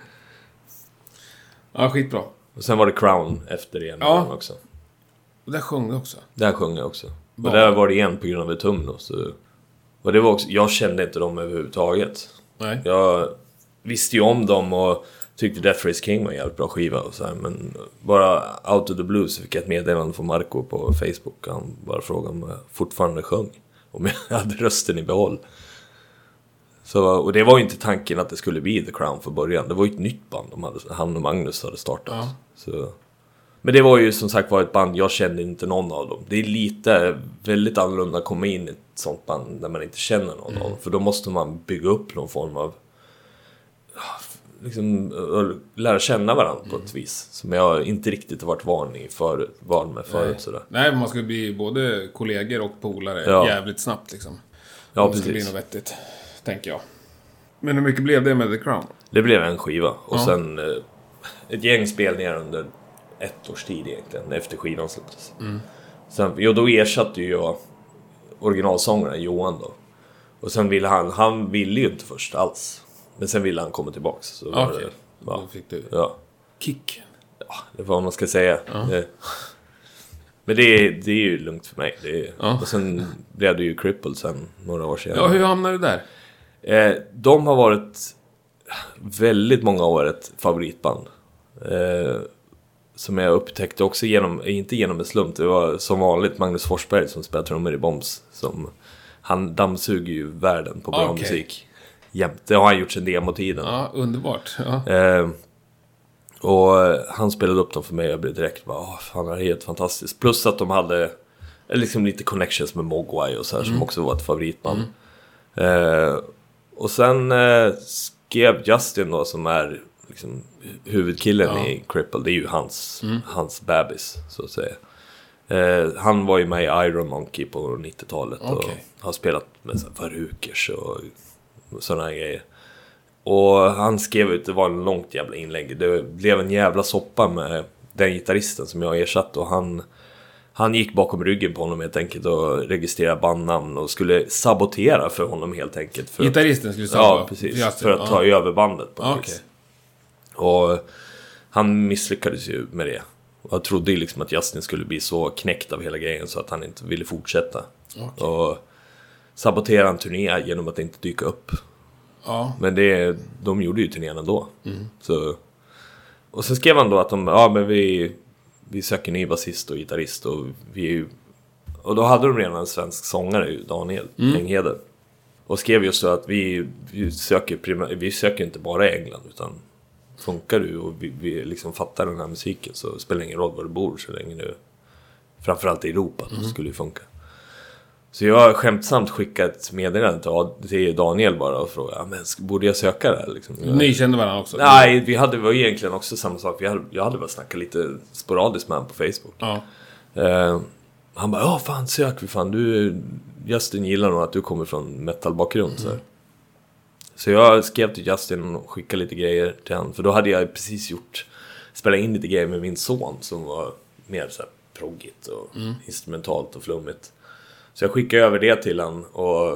Ja, skitbra. Och sen var det Crown efter igen ja. också. Och där sjöng du också? Där sjöng jag också. Bra. Och där var det igen på grund av ett tum då. Så. Och det var också, jag kände inte dem överhuvudtaget. Nej. Jag visste ju om dem och tyckte Death Race King var en jävligt bra skiva och så här, men bara out of the blue så fick jag ett meddelande från Marco på Facebook. Han bara frågade om jag fortfarande sjöng, om jag hade rösten i behåll. Så, och det var ju inte tanken att det skulle bli The Crown för början. Det var ju ett nytt band de hade, han och Magnus hade startat. Ja. Så, men det var ju som sagt var ett band, jag kände inte någon av dem. Det är lite, väldigt annorlunda att komma in i ett sånt band där man inte känner någon mm. av dem. För då måste man bygga upp någon form av, liksom, lära känna varandra mm. på ett vis. Som jag inte riktigt har varit van, i för, van med förut. Nej. Sådär. Nej, man ska bli både kollegor och polare ja. jävligt snabbt liksom. Ja, det precis. ska bli något vettigt, tänker jag. Men hur mycket blev det med The Crown? Det blev en skiva. Och ja. sen eh, ett gäng spelningar under ett års tid egentligen. Efter skivan släpptes. Mm. Sen, jo, då ersatte ju jag originalsångaren Johan då. Och sen ville han, han ville ju inte först alls. Men sen ville han komma tillbaks. Så okej, okay. det, ja. Då fick du ja. kick. Ja, det var vad man ska säga. Ja. Det, men det är, det är ju lugnt för mig. Det är, ja. Och sen blev det ju Crippled sen några år sedan. Ja, hur hamnade du där? Eh, de har varit väldigt många år ett favoritband. Eh, som jag upptäckte också genom, inte genom en slump. Det var som vanligt Magnus Forsberg som spelar trummor i Bombs. Som, han dammsuger ju världen på bra okay. musik. Jämt. Det har han gjort sedan demotiden. Ja, underbart. Ja. Eh, och han spelade upp dem för mig och jag blev direkt bara, åh, fan, det är helt fantastiskt. Plus att de hade liksom lite connections med Mogwai och så här, mm. som också var ett favoritband. Mm. Eh, och sen eh, skrev Justin då, som är liksom huvudkillen ja. i Cripple. Det är ju hans, mm. hans bebis, så att säga. Eh, han var ju med i Iron Monkey på nittiotalet. Okay. Och har spelat med Varukers och sådana här grejer. Och han skrev ut, det var en långt jävla inlägg. Det blev en jävla soppa med den gitarristen som jag ersatt. Och han, han gick bakom ryggen på honom helt enkelt och registrerade bandnamn och skulle sabotera för honom helt enkelt. För gitarristen skulle sabotera? Ja, precis. För att ta över bandet på okay. Och han misslyckades ju med det. Och jag trodde liksom att Justin skulle bli så knäckt av hela grejen så att han inte ville fortsätta. Okay. Och sabotera en turné genom att inte dyka upp. Ja. Men det, de gjorde ju turnén ändå. Mm. Så, och sen skrev han då att de, ja, men vi, vi söker ny basist och gitarrist. Och, vi, och då hade de redan en svensk sångare, Daniel mm. Enghede. Och skrev just så att vi, vi, söker prima, vi söker inte bara i England, utan funkar du och vi, vi liksom fattar den här musiken, så spelar det ingen roll var du bor så länge nu. Framförallt i Europa mm. skulle det funka. Så jag har skämtsamt skickat ett meddelande till Daniel bara och frågade, men borde jag söka det här? Liksom. Ni kände varandra också? Nej, vi hade var egentligen också samma sak. Vi hade, jag hade bara snackat lite sporadiskt med honom på Facebook. Ja. Uh, han bara, ja fan sök vi fan. Du, Justin gillar nog att du kommer från metalbakgrund. Mm. Så, så jag skrev till Justin och skickade lite grejer till honom. För då hade jag precis gjort, spelat in lite grejer med min son som var mer så här proggigt och mm. instrumentalt och flummigt. Så jag skickade över det till han och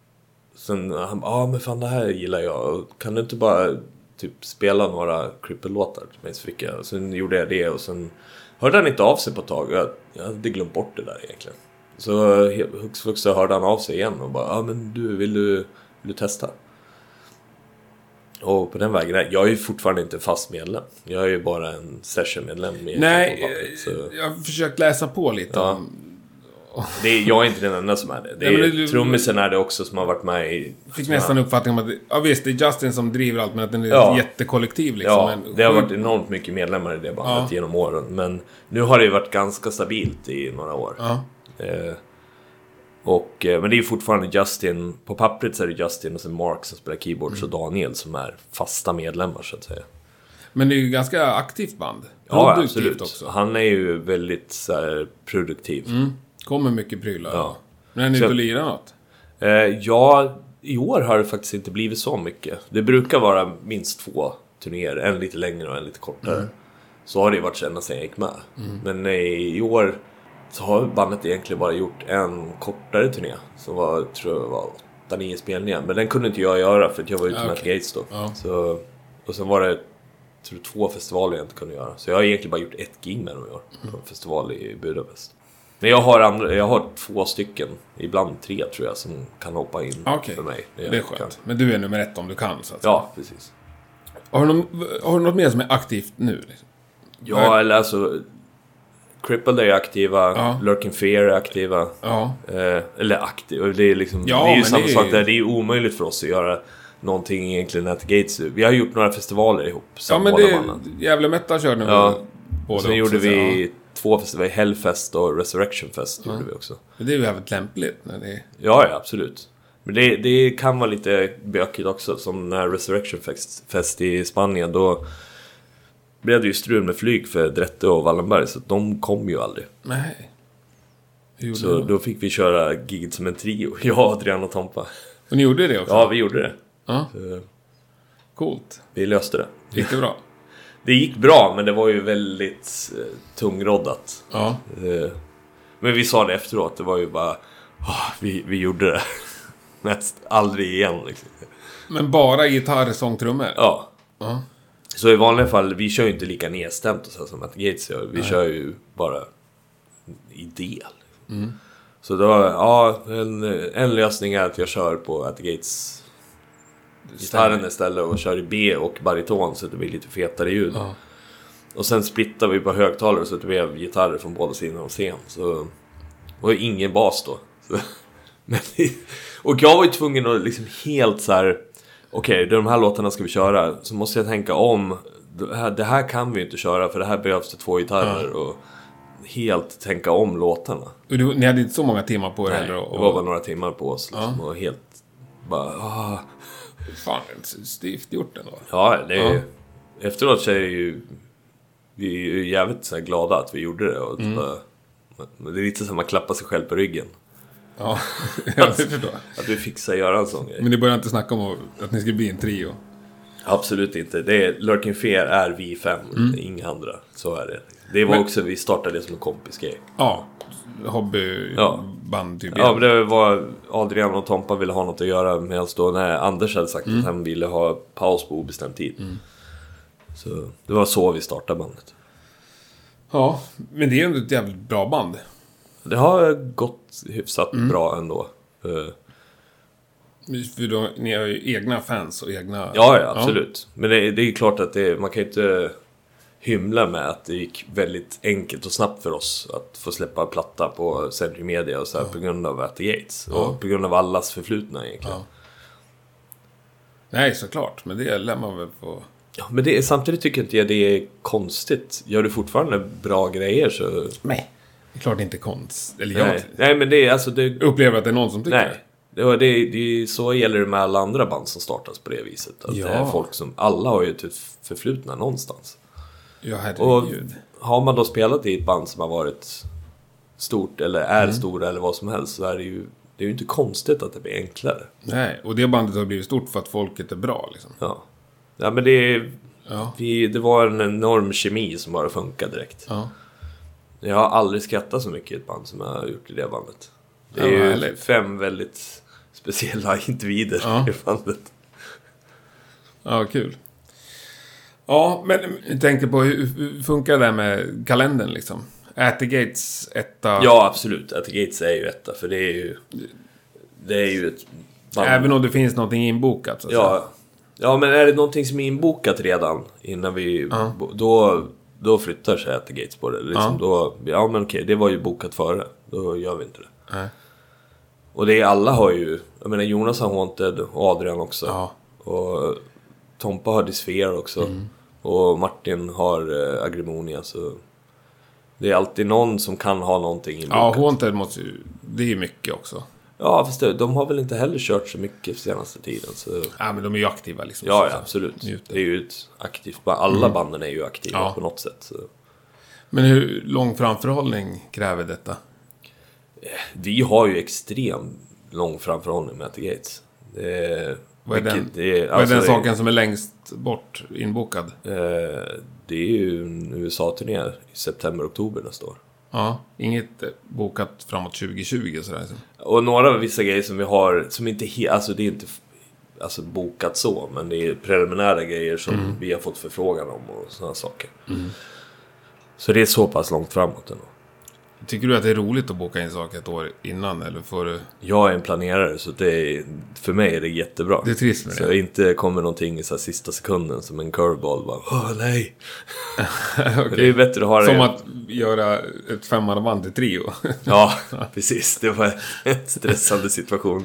sen han bara, ja men fan det här gillar jag. Kan du inte bara typ spela några Cripple-låtar? Men så fick jag, sen gjorde jag det och sen hörde han inte av sig på ett tag. Jag, jag hade glömt bort det där egentligen. Så hux flux så hörde han av sig igen och bara, ja men du, vill du, vill du testa? Och på den vägen, jag är ju fortfarande inte fast medlem. Jag är ju bara en session-medlem. Nej, så jag har försökt läsa på lite ja. om... Det är, jag är inte den enda som är det. Det är, Nej, trummisen är det också som har varit med i... Fick nästan uppfattning om att... Ja visst, det är Justin som driver allt, men att den är ja. jättekollektiv liksom. Ja, men, det har varit enormt mycket medlemmar i det bandet ja. genom åren. Men nu har det ju varit ganska stabilt i några år. Ja. Eh, och, eh, men det är ju fortfarande Justin... På pappret så är det Justin och sen Mark som spelar keyboards mm. och Daniel som är fasta medlemmar så att säga. Men det är ju ganska aktivt band. Ja, absolut. Också. Han är ju väldigt så här, produktiv. Mm. Kommer mycket prylar. Ja. Men är ni ute och lirar något? Eh, ja, i år har det faktiskt inte blivit så mycket. Det brukar vara minst två turnéer. En lite längre och en lite kortare. Mm. Så har det varit ända sedan jag gick med. Mm. Men eh, i år så har bandet egentligen bara gjort en kortare turné. Som var, tror jag var åtta nio spelningar. Men den kunde inte jag göra för att jag var ute med okay. Gates då. Ja. Så, och sen var det tror, två festivaler jag inte kunde göra. Så jag har egentligen bara gjort ett gig med dem i år. Mm. På en festival i Budapest. Men jag har, andra, jag har två stycken, ibland tre tror jag, som kan hoppa in okay. för mig. Det är skönt. Kan. Men du är nummer ett om du kan, så att ja, precis. Har du något, har du något mer som är aktivt nu? Liksom? Ja, eller alltså... Crippled är aktiva, ja. Lurking Fear är aktiva. Ja. Eh, eller aktiva, det är liksom... Ja, det är ju samma det är... sak där, det är ju omöjligt för oss att göra någonting egentligen at the Gates. Vi har gjort några festivaler ihop. Ja, men det är jävla Meta körde vi ja. båda. Sen gjorde vi ja. två festivaler, Hellfest och Resurrection Fest ja. gjorde vi också. Men det är ju jävligt lämpligt när det är... Ja, ja, absolut. Men det, det kan vara lite bökigt också, som när Resurrection Fest, Fest i Spanien, då blev det ju strul med flyg för Drette och Wallenberg, så de kom ju aldrig. Nej. Så då fick vi köra giget som en trio, jag, Adrian och Tompa. Och ni gjorde det också? Ja, vi gjorde det. Ja. Så, coolt. Vi löste det. Gick det bra? Det gick bra, men det var ju väldigt eh, tungroddat. Ja. Eh, men vi sa det efteråt, det var ju bara, oh, vi, vi gjorde det. Mest aldrig igen liksom. Men bara gitarr, sång, trummor? Ja. Ja. Så i vanliga fall, vi kör ju inte lika nedstämt och så som att Gates gör. Vi Nej. kör ju bara i del. Mm. Så då, ja, en, en lösning är att jag kör på At the Gates gitarren istället och kör i B och bariton så att det blir lite fetare ljud. Ja. Och sen splittar vi på högtalare så att det blir gitarrer från båda sidor av scen. Så, och ingen bas då. Så, men, och jag var ju tvungen att liksom helt så här, okej, okay, de här låtarna ska vi köra. Så måste jag tänka om, det här, det här kan vi inte köra för det här behövs det två gitarrer. Ja. Och helt tänka om låtarna. Och du, ni hade inte så många timmar på er heller? Nej, det var bara några timmar på oss. Liksom, ja. Och helt bara... Ah. Fan, det är stivt gjort ändå. Ja, det är, ja. Efteråt så är det ju... Vi är ju jävligt så här glada att vi gjorde det. Och mm. bara, det är lite som att man klappar sig själv på ryggen. Ja, jag förstår. Att vi fixar göra en sån grej. Men ni börjar inte snacka om att ni ska bli en trio? Absolut inte. Det är, Lurking Fear är vi fem, mm. inga andra. Så är det. Det var men, också, vi startade det som en kompisgrej. Ja, hobbyband typ. Ja, men det var Adrian och Tompa ville ha något att göra medan då när Anders hade sagt mm. att han ville ha paus på obestämd tid. Mm. Så det var så vi startade bandet. Ja, men det är ju ett jävligt bra band. Det har gått hyfsat mm. bra ändå. Uh, För då, ni har ju egna fans och egna... Ja, ja absolut. Ja. Men det, det är klart att det, man kan inte hymla med att det gick väldigt enkelt och snabbt för oss att få släppa platta på Century Media och så här, ja. På grund av At the Gates. Ja. Och på grund av allas förflutna egentligen. Ja. Nej, såklart. Men det lär man väl på... Ja, men det är, samtidigt tycker inte jag det är konstigt. Gör du fortfarande bra grejer så... Nej, det är klart inte konst. Eller jag nej. nej, men det är alltså... Det... Upplever att det är någon som tycker nej. Det. Det, det, det, så gäller det med alla andra band som startas på det viset. Att ja. Det är folk som... Alla har ju ett förflutna någonstans. Ja, herregud. Och har man då spelat i ett band som har varit stort eller är mm. stora eller vad som helst så är det ju... Det är ju inte konstigt att det blir enklare. Nej, och det bandet har blivit stort för att folket är bra liksom. Ja. Ja, men det, ja. vi, det var en enorm kemi som bara funkade direkt. Ja. Jag har aldrig skrattat så mycket i ett band som jag har gjort i det bandet. Det är ja, ju härligt. Fem väldigt speciella individer ja. I bandet. Ja, kul. Ja, men jag tänkte på hur funkar det där med kalendern liksom? At the Gates etta... Ja, absolut. At the Gates är ju etta, för det är ju... Det är ju ett band. Även om det finns någonting inbokat så att ja. säga. Ja, men är det någonting som är inbokat redan innan vi... Uh. Då, då flyttar sig At the Gates på det. Liksom uh. då, ja, men okej, det var ju bokat före. Då gör vi inte det. Uh. Och det är alla har ju... Jag menar, Jonas har Haunted och Adrian också. Uh. Och Tompa har Dysphere också. Mm. Och Martin har äh, Agrimonia, så... Det är alltid någon som kan ha någonting inbokat. Ja, Haunted måste ju... Det är ju mycket också. Ja, fast det, de har väl inte heller kört så mycket senaste tiden. Så... Ja, men de är ju aktiva liksom. Ja, ja absolut. Njuter. Det är ju ett aktivt... Alla mm. banden är ju aktiva ja. På något sätt. Så. Men hur lång framförhållning kräver detta? Vi har ju extrem lång framförhållning med At the Gates. Det är... Vad är den, det är, vad alltså, är den saken som är längst bort inbokad? Eh, det är ju en U S A-turné i september-oktober nästa år. Ja, inget bokat framåt tjugo tjugo sådär. Och några av vissa grejer som vi har som inte he- alltså det är inte alltså bokat så, men det är preliminära grejer som mm. vi har fått förfrågan om och sådana saker. Mm. Så det är så pass långt framåt ändå. Tycker du att det är roligt att boka in saker ett år innan? Eller får du... Jag är en planerare, så det är, för mig är det jättebra. Det är trist med det. Så jag inte kommer någonting i så här sista sekunden som en curveball. Bara, åh nej. Okay. Det är bättre att ha det. Som att göra ett femmannaband i trio. Ja, precis. Det var en stressande situation.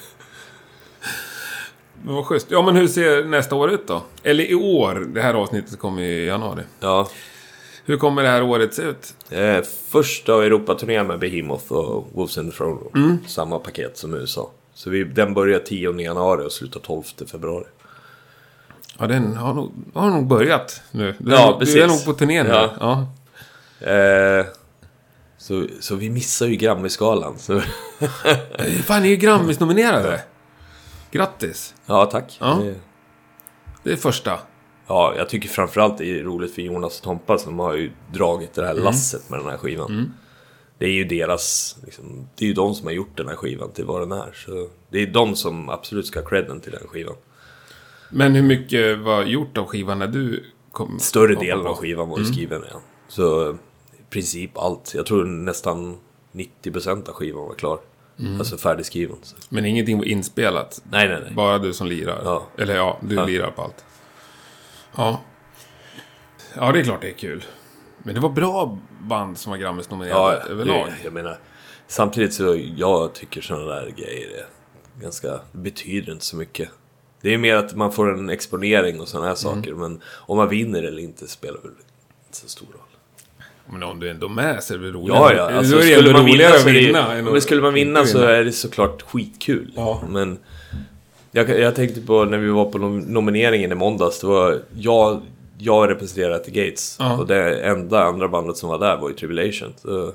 Men vad schysst. Ja, men hur ser nästa år ut då? Eller i år, det här avsnittet kommer i januari. Ja. Hur kommer det här året se ut? Eh, första Europaturnén med Behemoth och Wolves in the Throne Room. Mm. Samma paket som U S A. Så vi, den börjar tionde januari och slutar tolfte februari. Ja, den har nog, har nog börjat nu. Du ja, är, precis. Du är nog på turnén nu. Ja. Ja. Eh, så, så vi missar ju Grammy-skalan. Så. Fan, ni är ju Grammis-nominerade. Grattis. Ja, tack. Ja. Det... det är första. Ja, jag tycker framförallt det är roligt för Jonas och Tompa som har ju dragit det här mm. lasset med den här skivan. Mm. Det är ju deras, liksom, det är ju de som har gjort den här skivan till vad den är. Så det är de som absolut ska ha credden till den skivan. Men hur mycket var gjort av skivan när du kom? Större delen av skivan var ju mm. skriven, ja. Så i princip allt. Jag tror nästan nittio procent av skivan var klar. Mm. Alltså färdigskriven. Så. Men ingenting var inspelat? Nej, nej, nej. Bara du som lirar? Ja. Eller ja, du ja. lirar på allt. Ja. Ja, det är klart det är kul. Men det var bra band som var Grammis-nominerade ja, överlag. Det, jag menar, samtidigt så jag tycker sådana där grejer är ganska, det betyder inte så mycket. Det är mer att man får en exponering och sådana här mm. saker. Men om man vinner eller inte spelar väl inte så stor roll. Men om du är ändå med så är det väl roligt. Ja, ja. Alltså, är det skulle, man vinna, att vinna det, men skulle man vinna så är det såklart skitkul. Ja. Men jag, jag tänkte på när vi var på nomineringen i måndags. Det var jag, jag representerade The Gates. Ja. Och det enda andra bandet som var där var ju Tribulation. Så,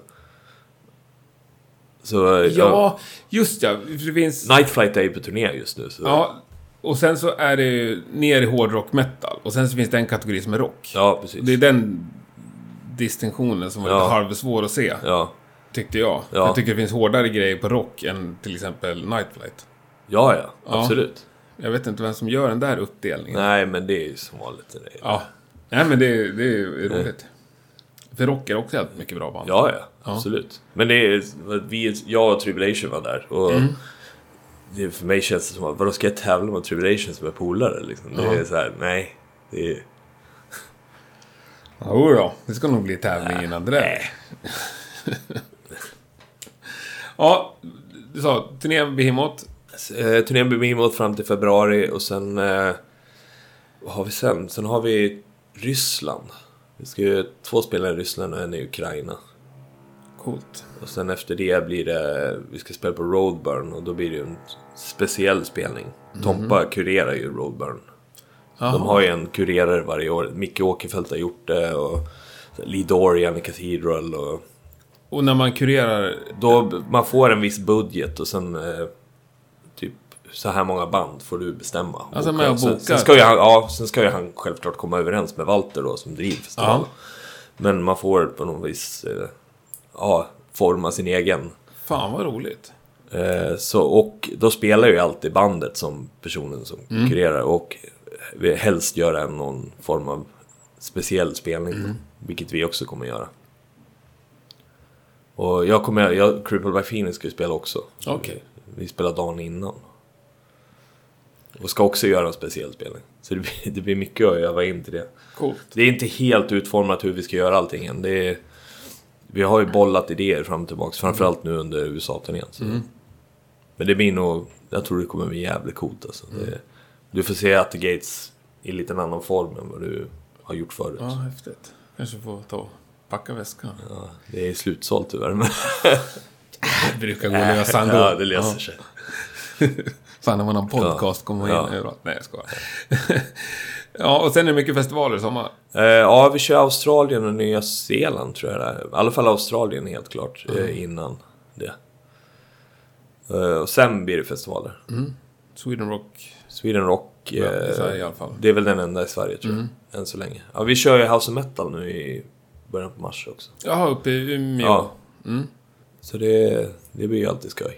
så, ja, ja, just ja. Det finns... Night Flight är ju på turné just nu. Så. Ja, och sen så är det ner i hårdrock metal. Och sen så finns det en kategori som är rock. Ja, precis. Det är den distinktionen som var ja. lite halvsvår att se. Ja. Tyckte jag. Ja. Jag tycker det finns hårdare grejer på rock än till exempel Night Flight. Ja, ja. Absolut. Ja. Jag vet inte vem som gör den där uppdelningen. Nej, men det är ju som vanligt. Det är. Ja. Nej, men det, det är roligt. Mm. För rock är också helt mycket bra band. Ja, ja. Absolut. Ja. Men det är... Vi, jag och Tribulation var där. Och mm. det, för mig känns det som att... Vadå, ska jag tävla med Tribulation som är polare? Liksom? Det ja. är så här... Nej. Det är... Ja, då. Det ska nog bli tävling äh, innan det där. Ja, du sa turnén Behemoth. Eh, turnén Behemoth fram till februari. Och sen... Eh, vad har vi sen? Sen har vi Ryssland. Vi ska ju två spela i Ryssland och en i Ukraina. Coolt. Och sen efter det blir det... Vi ska spela på Roadburn. Och då blir det en speciell spelning. Mm-hmm. Tompa kurerar ju Roadburn. Aha. De har ju en kurerare varje år. Micke Åkerfeldt har gjort det. Och Lee Dorian i Cathedral. Och, och när man kurerar... Då man får en viss budget. Och sen eh, typ så här många band får du bestämma. Alltså med att boka. Sen ska ju han, ja, sen ska ju han självklart komma överens med Walter då, som driver festivalen. Men man får på någon vis eh, ja, forma sin egen. Fan vad roligt. Eh, så, och då spelar ju alltid bandet som personen som mm. kurerar. Och vi helst göra en, någon form av speciell spelning. Mm. Vilket vi också kommer göra. Och jag kommer, jag, Crippled by Phoenix ska ju spela också. Okej. Okay. Vi spelar dagen innan. Och ska också göra en speciell spelning. Så det blir, det blir mycket att öva in till det. Coolt. Det är inte helt utformat hur vi ska göra allting än. Det är, vi har ju bollat idéer fram och tillbaka. Framförallt nu under U S A-turnén. Mm. Men det blir nog, jag tror det kommer bli jävligt coolt. Alltså. Mm. Det, du får se att The Gates i lite en annan form än vad du har gjort förut. Ja, häftigt. Kanske får ta packa väskan. Ja, det är slutsålt tyvärr. Men det brukar gå att lösa ändå. Ja, det löser sig. Fan, när man har en podcast ja. kommer man in ja. överallt. Nej, jag skojar. Ja, och sen är det mycket festivaler i sommar. Uh, ja, vi kör Australien och Nya Zeeland tror jag det är. I alla fall Australien helt klart mm. uh, innan det. Uh, och sen blir det festivaler. Mm. Sweden Rock. Sweden Rock. Ja, uh, i Sverige i alla fall. Det är väl den enda i Sverige tror jag. Mm. Än så länge. Ja, vi kör ju House of Metal nu i början på mars också. Jaha, uppe i Umeå. Ja. Mm. Så det, det blir ju alltid skoj.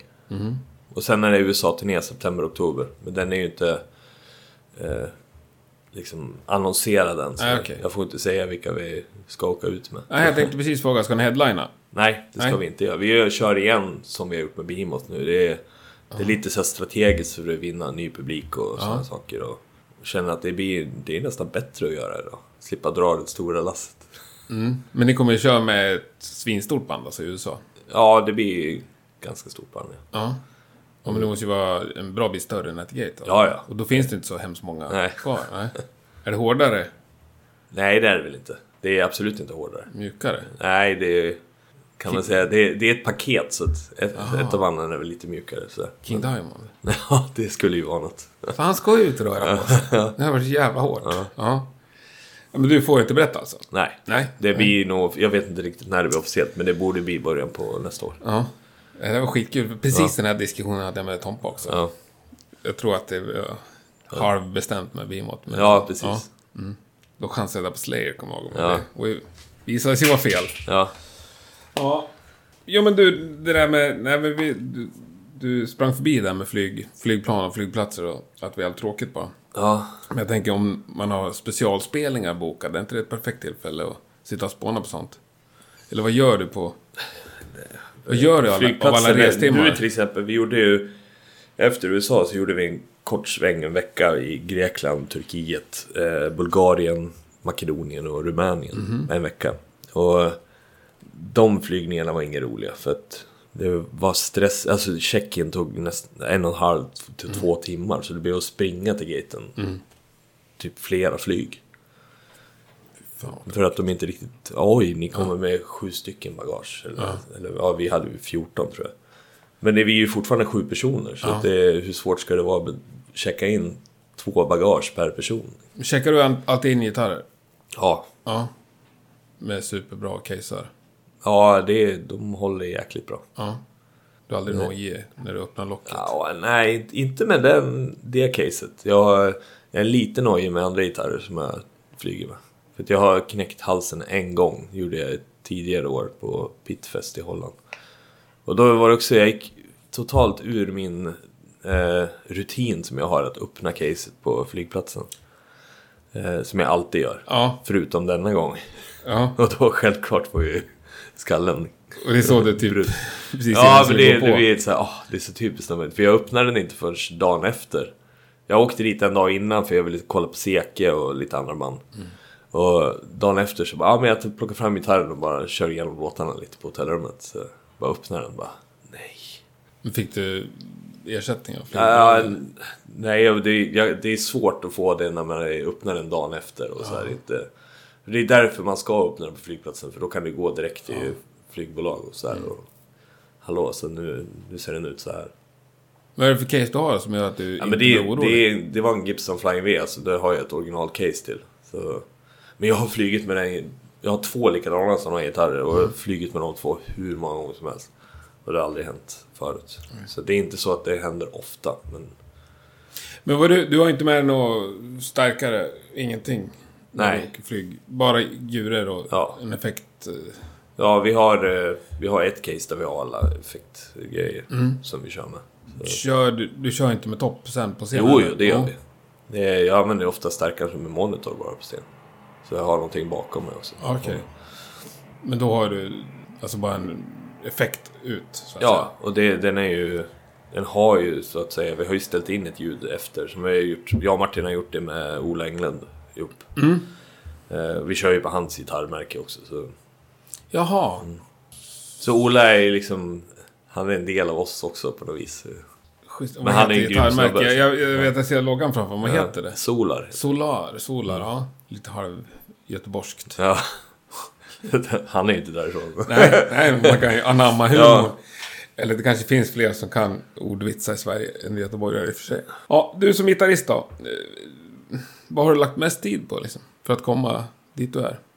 liksom annonsera den. Så ah, okay. Jag får inte säga vilka vi ska åka ut med. Nej, jag tänkte precis fråga, ska ni headlina? Nej, det ska Nej. vi inte göra. Vi kör igen som vi har gjort med Behemoth nu. Det är, det är lite så strategiskt för att vinna ny publik och sådana saker. Och känner att det blir det är nästan bättre att göra det då. Slippa dra det stora lasset. Mm. Men ni kommer ju köra med ett svinstort band alltså i U S A? Ja, det blir ganska stort band. Ja. Ja. Ja, men det måste ju vara en bra bit större än At Gate. Alltså. Ja, ja. Och då finns det inte så hemskt många Nej. kvar. Nej. Är det hårdare? Nej, det är det väl inte. Det är absolut inte hårdare. Mjukare? Nej, det är, kan man säga. Det är, det är ett paket, så ett, ett av banden är väl lite mjukare. Så. King Diamond? Ja, det skulle ju vara något. För han ska ju ut och röra på sig. Det har varit jävla hårt. Ja. Ja. Men du får inte berätta alltså? Nej. Nej. Det blir nog, jag vet inte riktigt när det blir officiellt, men det borde bli början på nästa år. Ja. Det var skitkul. Precis ja. Den här diskussionen hade jag med Tompa också. Ja. Jag tror att det var halvbestämt med Behemoth. Ja, precis. Ja. Mm. Då chansade jag på Slayer, kommer jag ihåg. Ja. Och det visade sig vara fel. Ja. Ja. Jo, men du, det där med... Nej, men vi, du, du sprang förbi där med flyg, flygplan och flygplatser och att vi är allt tråkigt bara. Ja. Men jag tänker om man har specialspelningar bokade, är inte det ett perfekt tillfälle att sitta och spåna på sånt? Eller vad gör du på... Vad gör du alla, av alla restimmar? Nu till exempel, vi gjorde ju... Efter U S A så gjorde vi en kort sväng en vecka i Grekland, Turkiet, eh, Bulgarien, Makedonien och Rumänien. Mm-hmm. En vecka. Och de flygningarna var inga roliga för att det var stress. Alltså check-in tog nästan en och en halv till mm. två timmar. Så det blev att springa till gaten. Mm. Typ flera flyg. Fan. För att de inte riktigt... Oj, ni kommer ja. med sju stycken bagage. Eller, ja. eller ja, vi hade ju fjorton tror jag. Men det är vi ju fortfarande sju personer. Så ja. att det, hur svårt ska det vara att checka in två bagage per person? Checkar du alltid in gitarrer? Ja. Ja. Med superbra caser? Ja, det, de håller jäkligt bra. Ja. Du har aldrig nojig när du öppnar locket? Ja, nej, inte med den, det caset. Jag, jag är lite nojig med andra gitarrer som jag flyger med. För att jag har knäckt halsen en gång. Gjorde jag ett tidigare år på Pitfest i Holland. Och då var det också, jag gick totalt ur min eh, rutin som jag har att öppna caset på flygplatsen. Eh, som jag alltid gör. Ja. Förutom denna gång. Ja. Och då självklart får ju skallen. Och det är så det typ precis ja, men det, det, det, är så här, oh, det är så typiskt. För jag öppnade den inte förrän dagen efter. Jag åkte dit en dag innan för jag ville kolla på Seke och lite andra band. Mm. Och dagen efter så bara, ja, men jag plockar fram gitarren och bara kör igenom låtarna lite på hotellrummet. Så bara öppnar den bara, nej. Men fick du ersättning? Ja, nej, det, jag, det är svårt att få det när man öppnar den dagen efter. Och ja. så här, inte, det är därför man ska öppna den på flygplatsen. För då kan det gå direkt till ja. flygbolag och så här. Mm. Och, hallå, så nu, nu ser den ut så här. Vad är det för case du har som gör att du ja, inte men det, blir orolig? Det, det var en Gibson Flying V, så det har jag ett original case till. Så, men jag har flygit med den. Jag har två likadana sådana gitarrer och mm. flygit med de två hur många gånger som helst. Och det har aldrig hänt förut. Mm. Så det är inte så att det händer ofta. Men, men vad du, du har inte med något starkare, ingenting? Nej. Flyg. Bara gurer och ja. en effekt? Ja, vi har, vi har ett case där vi har alla effektgrejer mm. som vi kör med. Så. Kör, du, du kör inte med topp sen på scenen? Jo, jo det gör ja. vi. Det är, jag använder ofta starkare som en monitor bara på scen. Så jag har någonting bakom mig också. Okej. Okay. Men då har du alltså bara en effekt ut så att ja, säga. Och det, den är ju den har ju så att säga, vi har ju ställt in ett ljud efter som vi har gjort, jag och Martin har gjort det med Ola Englund ihop. Mm. Uh, vi kör ju på hans gitarrmärke också så. Jaha. Mm. Så Ola är liksom han är en del av oss också på något vis. Just, men han är ju gitarrmärke. Jag, jag, jag vet att jag ser loggan framför. Vad ja. heter det? Solar. Solar, Solar, ja. Lite halv göteborgskt. Ja. Han är inte därifrån. nej, nej, man kan ju anamma humor. Ja. Eller det kanske finns fler som kan ordvitsa i Sverige än göteborgare i och för sig. Ja, du som gitarrist då. Vad har du lagt mest tid på liksom? För att komma dit du är?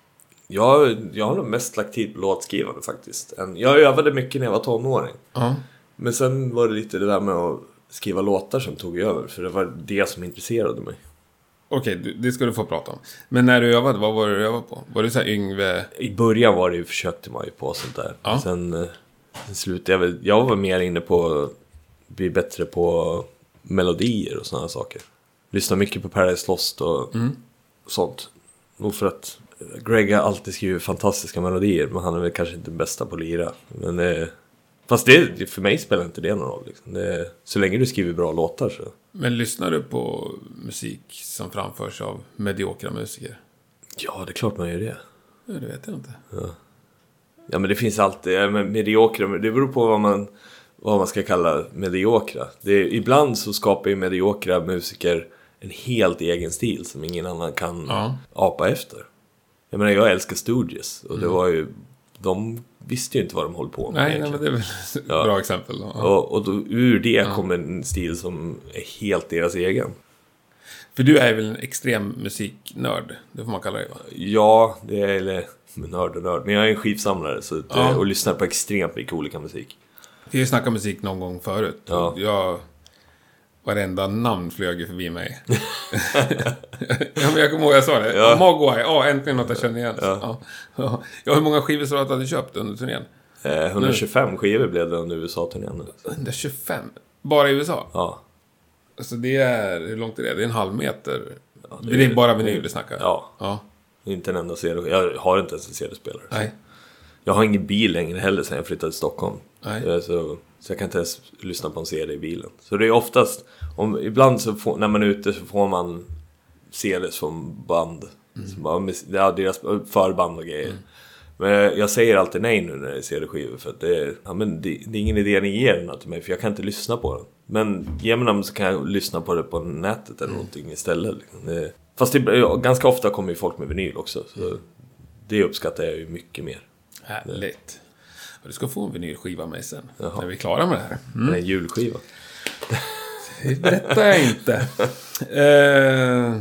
Jag, jag har nog mest lagt tid på låtskrivande faktiskt. Jag övade mycket när jag var tonåring. Uh-huh. Men sen var det lite det där med att skriva låtar som tog över. För det var det som intresserade mig. Okej, okay, det ska du få prata om. Men när du övade, vad var det du övade på? Var det så här Yngve? I början var det ju, försökte man ju på sånt där. Uh-huh. Sen, sen slutade jag väl, jag var mer inne på att bli bättre på melodier och sådana saker. lyssnar mycket på Paradise Lost och mm. sånt. Nog för att Greg har alltid skrivit fantastiska melodier, men han är väl kanske inte den bästa på att lira. Men det, fast det, för mig spelar inte det någon roll. Liksom. Det, så länge du skriver bra låtar så. Men lyssnar du på musik som framförs av mediokra musiker? Ja, det är klart man gör det. Ja, det vet jag inte. Ja, ja men det finns alltid ja, men mediokra. Det beror på vad man, vad man ska kalla mediokra. Det är, ibland så skapar ju mediokra musiker en helt egen stil som ingen annan kan ja. apa efter. Jag menar, jag älskar Stooges. Och det var ju... De visste ju inte vad de håller på med. Nej, nej men det är väl ett ja. bra exempel. Då. Ja. Och, och då, ur det ja. kommer en stil som är helt deras egen. För du är väl en extrem musiknörd? Det får man kalla det, va? Ja, det är... Eller, nörd och nörd. Men jag är en skivsamlare så att, ja. och lyssnar på extremt mycket olika musik. Vi har ju snackat musik någon gång förut. Ja. Jag... Varenda namn flög förbi mig. ja, men jag kommer ihåg jag sa det. Ja. Mogwai, ja, äntligen något jag känner igen. Ja. Ja. Ja, hur många skivor så hade du köpt under turnén? Eh, hundratjugofem nu. Skivor blev det under U S A-turnén. hundratjugofem? Bara i U S A? Ja. Alltså det är, hur långt är det? Det är en halv meter. Ja, det, det är bara vinyl vi snackar. Ja. ja. Inte en enda C D. Jag har inte ens en C D-spelare. Nej. Jag har ingen bil längre heller sen jag flyttade till Stockholm. Nej. Så, så jag kan inte ens lyssna på en C D i bilen. Så det är oftast, om, ibland så får, när man är ute så får man C D:s från band. Mm. Så bara, ja, deras förband och grejer. Mm. Men jag, jag säger alltid nej nu när det är C D-skivor. För att det är, ja, men det, det är ingen idé ni ger den till mig. För jag kan inte lyssna på den. Men ge mig den så kan jag lyssna på det på nätet eller mm. någonting istället. Liksom. Det, fast det, ganska ofta kommer ju folk med vinyl också. Så mm. det uppskattar jag ju mycket mer. Härligt. Och du ska få en vinylskiva av mig sen. Jaha. När vi är klara med det här. Mm. En julskiva. Det berättar jag inte. eh,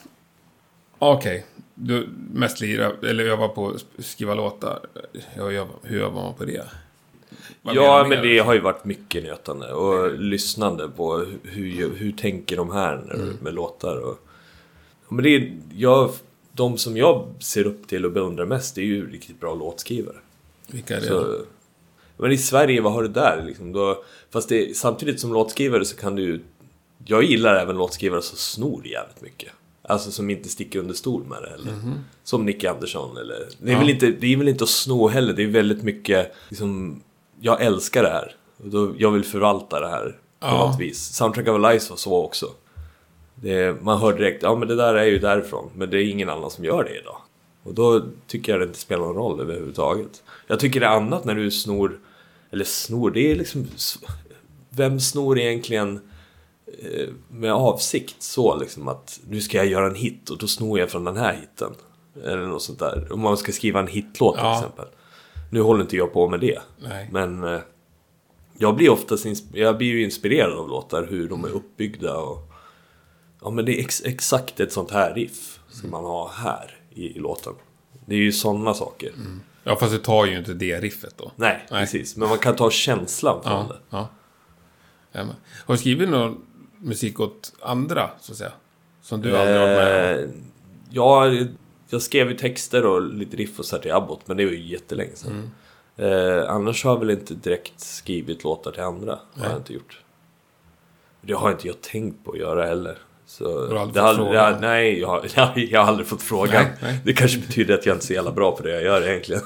Okej. Okay. Du mest lira, eller jag var på skriva låtar. Jag, jag, hur var man på det? Vad ja, men det har ju varit mycket nötande. Och mm. lyssnande på hur, hur, hur tänker de här när, mm. med låtar. Och, men det är, jag... De som jag ser upp till och beundrar mest är ju riktigt bra låtskrivare. Vilka är det? Så, men i Sverige, vad har du där? Liksom? Då, fast det, samtidigt som låtskrivare så kan du... Jag gillar även låtskrivare som snor jävligt mycket. Alltså som inte sticker under stol med det heller. Mm-hmm. Som Nicky Andersson. Eller, det, är ja. väl inte, det är väl inte att sno heller. Det är väldigt mycket... Liksom, jag älskar det här. Och då, jag vill förvalta det här på ja. något vis. Soundtrack of Life var så också. Det, man hör direkt, ja men det där är ju därifrån. Men det är ingen annan som gör det idag. Och då tycker jag det inte spelar någon roll överhuvudtaget. Jag tycker det är annat när du snor. Eller snor, det är liksom... Vem snor egentligen eh, med avsikt så liksom att nu ska jag göra en hit och då snor jag från den här hitten. Eller något sånt där. Om man ska skriva en hitlåt till ja. exempel. Nu håller inte jag på med det. Nej. Men eh, jag blir oftast insp- jag blir ju inspirerad av låtar. Hur de är uppbyggda och... Ja, men det är ex- exakt ett sånt här riff som man har här i, i låten. Det är ju sådana saker. Mm. Ja, fast det tar ju inte det riffet då. Nej, Nej. precis. Men man kan ta känslan från ja, det. Ja. Ja, har du skrivit någon musik åt andra, så att säga? Som du eh, aldrig varit med? Ja, jag skrev ju texter och lite riff och så här till Abbott. Men det var ju jättelänge sedan. Mm. Eh, annars har jag väl inte direkt skrivit låtar till andra. Det har jag inte gjort. Det har inte jag tänkt på att göra heller. Så det har, jag, nej, jag har, jag, jag har aldrig fått frågan. Nej, nej. Det kanske betyder att jag inte är så jävla bra på det jag gör egentligen.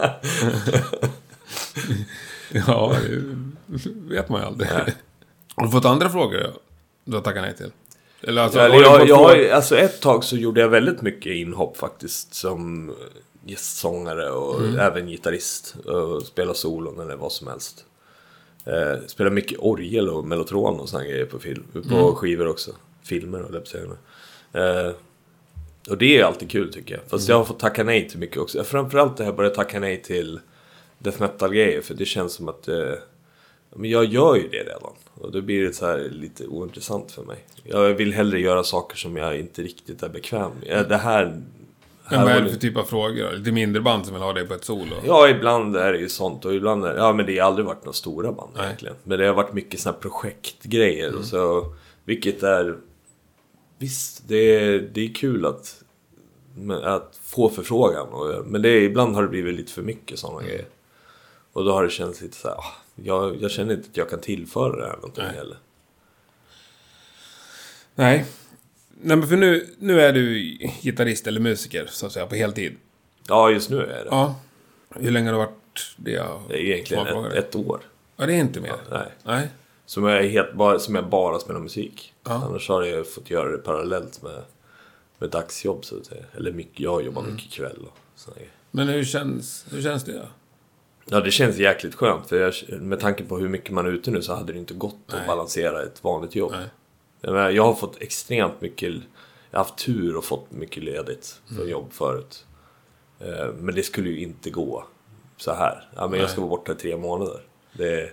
Ja, det vet man ju aldrig. Nej. Har du fått andra frågor du har tackat nej till? Eller alltså, ja, jag, jag har, alltså ett tag så gjorde jag väldigt mycket inhopp faktiskt som gästsångare och mm. även gitarrist och spela solon eller vad som helst. Eh, spela mycket orgel och mellotron och sådana grejer på, film, på mm. skivor också. Filmer och läppsägarna. Eh, och det är alltid kul tycker jag. Fast mm. jag har fått tacka nej till mycket också. Framförallt det här började tacka nej till death metal-grejer. För det känns som att eh, men jag gör ju det redan. Och då blir det så här lite ointressant för mig. Jag vill hellre göra saker som jag inte riktigt är bekväm med. Det här... Men vad är det för typ av frågor? Lite mindre band som vill ha det på ett solo? Ja, ibland är det ju sånt. Och ibland är, ja, men det har aldrig varit några stora band Nej. egentligen. Men det har varit mycket såna här projektgrejer. Mm. Och så, vilket är... Visst, det är, det är kul att, att få förfrågan. Och, men det är, ibland har det blivit lite för mycket sådana mm. grejer. Och då har det känts lite så här... Jag, jag känner inte att jag kan tillföra det här någonting Nej. heller. Nej. Nej, men för nu, nu är du gitarrist eller musiker, så att säga, på heltid. Ja, just nu är det. Ja. Hur länge har det varit det? Det är egentligen ett, ett år. Ja, det är inte mer. Ja, nej. nej. Som jag, är helt bara, som jag bara spelar musik. Ja. Annars har jag fått göra det parallellt med, med dagsjobb, så att säga. Eller mycket, jag jobbar mm. mycket kväll och sådär. Men hur känns, hur känns det då? Ja, det känns jäkligt skönt. För jag, med tanke på hur mycket man är ute nu så hade det inte gått Nej. att balansera ett vanligt jobb. Nej. Jag har fått extremt mycket... Jag har haft tur och fått mycket ledigt för mm. jobb förut. Men det skulle ju inte gå så här. Ja, men jag ska vara borta i tre månader. Det...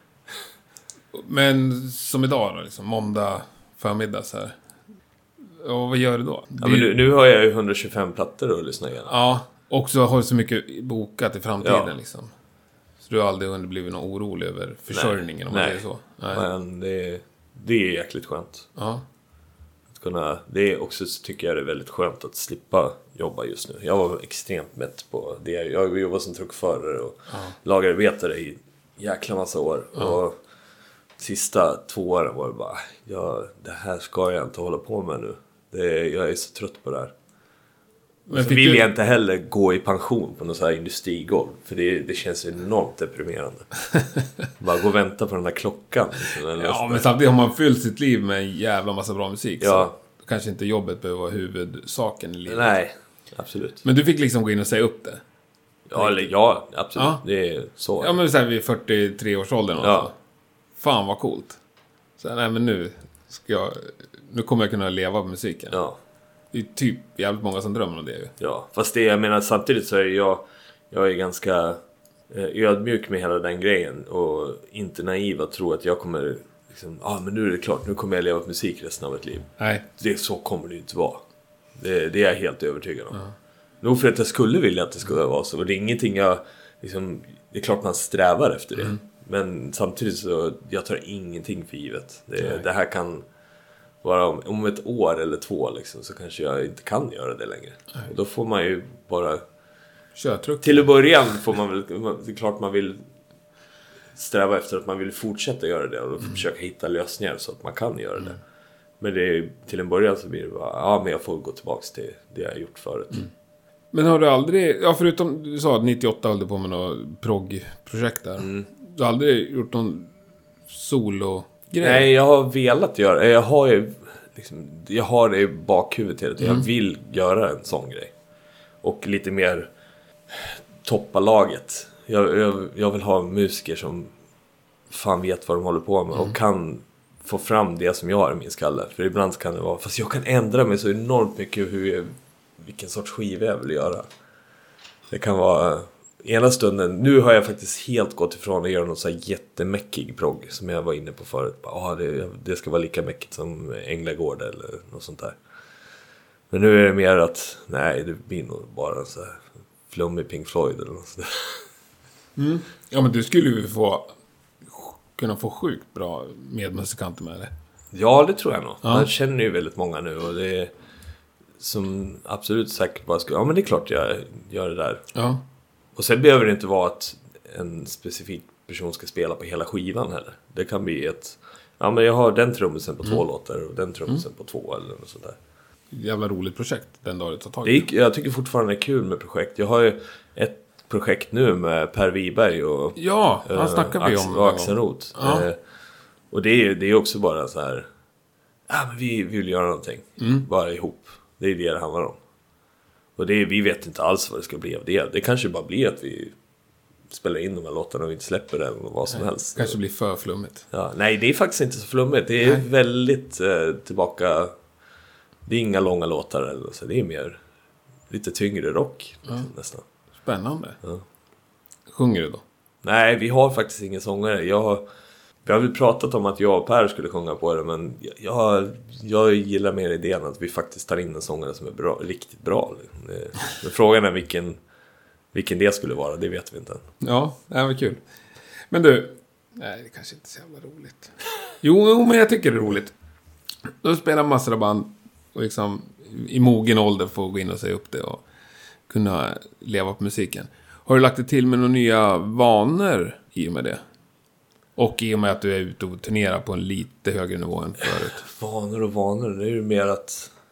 Men som idag då, liksom, måndag förmiddag så här. Och vad gör du då? Ja, men nu, nu har jag ju hundratjugofem plattor att lyssna igenom. Ja, och så har du så mycket bokat i framtiden ja. liksom. Så du har aldrig hunnit blivit någon orolig över försörjningen. Nej. Om man säger så. Nej, men det, det är jäkligt skönt. Ja. Att kunna, det är också, tycker jag det är väldigt skönt att slippa jobba just nu. Jag var extremt mätt på det. Jag jobbade som truckförare och ja. lagerarbetare i jäkla massa år. Ja. Och sista två åren var det bara, ja, det här ska jag inte hålla på med nu. Det är, jag är så trött på det här. Men så vill du... jag inte heller gå i pension på något så här industrigolv. För det, det känns enormt deprimerande. Bara gå och vänta på den där klockan. Liksom, ja, men samtidigt har man fyllt sitt liv med en jävla massa bra musik. Ja. Så kanske inte jobbet behöver vara huvudsaken i livet. Nej, absolut. Men du fick liksom gå in och säga upp det? Ja, eller, ja absolut. Ja. Det är så. Ja, men så här vid fyrtiotre års åldern. Ja. Fan vad coolt. Så här, nej men nu ska jag... Nu kommer jag kunna leva på musiken. Ja. Det är typ jävligt många som drömmer om det ju. Ja, fast det, jag menar, samtidigt så är jag, jag är ganska eh, ödmjuk med hela den grejen. Och inte naiv att tro att jag kommer liksom, ah, men nu är det klart, nu kommer jag leva på musik resten av mitt liv. Nej. Det, så kommer det ju inte vara. Det, det är jag helt övertygad om. Uh-huh. Nog för att jag skulle vilja att det skulle vara så. Och det är ingenting jag liksom, det är klart man strävar efter det. Mm. Men samtidigt så, jag tar ingenting för givet. Det, det här kan... Bara om, om ett år eller två liksom, så kanske jag inte kan göra det längre. Och då får man ju bara... Körtruck. Till att början får man väl... Det är klart man vill sträva efter att man vill fortsätta göra det. Och då mm. försöka hitta lösningar så att man kan göra det. Mm. Men det är, till en början så blir det bara... Ja, men jag får gå tillbaka till det jag har gjort förut. Mm. Men har du aldrig... Ja, förutom du sa att nittioåtta höll du på med något prog-projekt där. Mm. Du har aldrig gjort någon solo... Grej. Nej, jag har velat göra. Jag har ju liksom, jag har det i bakhuvudet hela tiden. Mm. Jag vill göra en sån grej. Och lite mer toppa laget. Jag, jag, jag vill ha musiker som fan vet vad de håller på med. Mm. Och kan få fram det som jag har i min skalle. För ibland kan det vara... Fast jag kan ändra mig så enormt mycket hur jag, vilken sorts skiva jag vill göra. Det kan vara... Ena stunden, nu har jag faktiskt helt gått ifrån att göra något så här jättemäckig progg som jag var inne på förut. Ja, det, det ska vara lika mäckigt som Änglagård eller något sånt där. Men nu är det mer att, nej, det blir nog bara en så här flummig Pink Floyd eller något sånt där. Mm. Ja, men du skulle ju få kunna få sjukt bra medmusikanter med det. Ja, det tror jag nog. Ja. Jag känner ju väldigt många nu och det är som absolut säkert bara skulle, ja men det är klart jag gör det där. Ja. Och sen behöver det inte vara att en specifik person ska spela på hela skivan heller. Det kan bli ett... Ja, men jag har den trummisen på mm. två låtar och den trummisen mm. på två eller något sånt där. Jävla roligt projekt den dag du tar tag i. Det är, jag tycker fortfarande det är kul med projekt. Jag har ju ett projekt nu med Per Wiberg och... Ja, han äh, snackar vi om. Och Axel Roth. Ja. Eh, och det är, det är också bara så här... Ja, men vi, vi vill göra någonting. Mm. Bara ihop. Det är det det handlar om. Och det, vi vet inte alls vad det ska bli av det. Det kanske bara blir att vi spelar in de här låtarna och inte släpper den och vad som nej, helst. Kanske blir för flummigt. Ja, nej, det är faktiskt inte så flummigt. Det är nej. väldigt eh, tillbaka... Det är inga långa låtar eller så. Det är mer lite tyngre rock ja. nästan. Spännande. Ja. Sjunger du då? Nej, vi har faktiskt ingen sångare. Jag har, vi har väl pratat om att jag och Per skulle sjunga på det, men jag, jag gillar mer idén att vi faktiskt tar in en sångare som är bra, riktigt bra. Men frågan är vilken, vilken det skulle vara, det vet vi inte än. Ja, det var kul. Men du, nej, det kanske inte är så jävla roligt. Jo, jo, men jag tycker det är roligt. Då spelar massor av band och liksom i mogen ålder får gå in och säga upp det och kunna leva på musiken. Har du lagt det till med några nya vanor i och med det? Och i och med att du är ute och turnerar på en lite högre nivå än förut. Vanor och vanor, det är ju mer att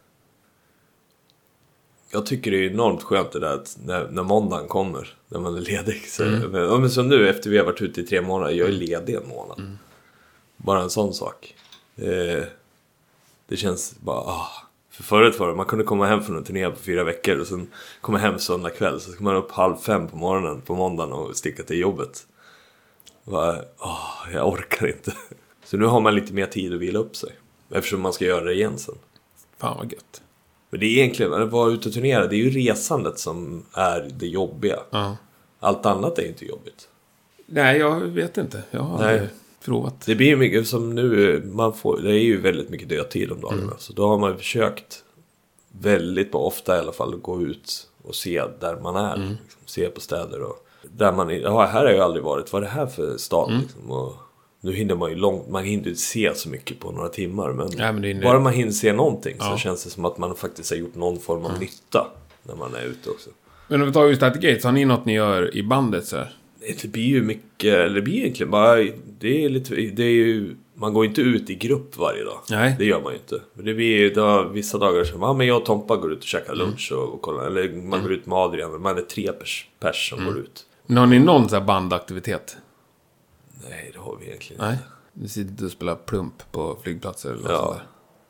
Jag tycker det är enormt skönt det där att när, när måndagen kommer, när man är ledig. Så, Mm. men, men som nu, efter vi har varit ute i tre månader, jag är ledig en månad. Mm. Bara en sån sak. Eh, det känns bara... Ah. För förut var det, man kunde komma hem från en turné på fyra veckor och sen komma hem söndag kväll. Så ska man upp halv fem på morgonen på måndagen och sticka till jobbet. Bara, åh, jag orkar inte. Så nu har man lite mer tid att vila upp sig. Eftersom man ska göra det igen sen. Fan vad gött. Men det är egentligen, att vara ute och turnera, det är ju resandet som är det jobbiga. Uh. Allt annat är ju inte jobbigt. Nej, jag vet inte. Jag har Nej. aldrig provat. Det blir ju mycket som nu, man får, det är ju väldigt mycket dödtid om dagarna. Mm. Så då har man försökt väldigt ofta i alla fall att gå ut och se där man är. Mm. Liksom, se på städer och där man, ja, här har jag aldrig varit. Vad är det här för stad? Mm. Liksom, och nu hinner man ju långt, man hinner inte se så mycket på några timmar. Men, ja, men hinner... bara man hinner se någonting ja. Så känns det som att man faktiskt har gjort någon form av mm. nytta när man är ute också. Men om vi tar just At the Gates, har ni något ni gör i bandet så här? Det blir ju mycket, eller det blir egentligen bara, det är lite, det är ju, man går inte ut i grupp varje dag. Nej. Det gör man ju inte. Men det blir ju då, vissa dagar som, ja men jag och Tompa går ut och käkar lunch mm. och, och kollar, eller man mm. går ut med Adrian, men man är tre pers, pers som mm. går ut. Men har ni någon sån här bandaktivitet? Nej, det har vi egentligen Nej. inte. Ni sitter och spelar plump på flygplatser eller ja. sånt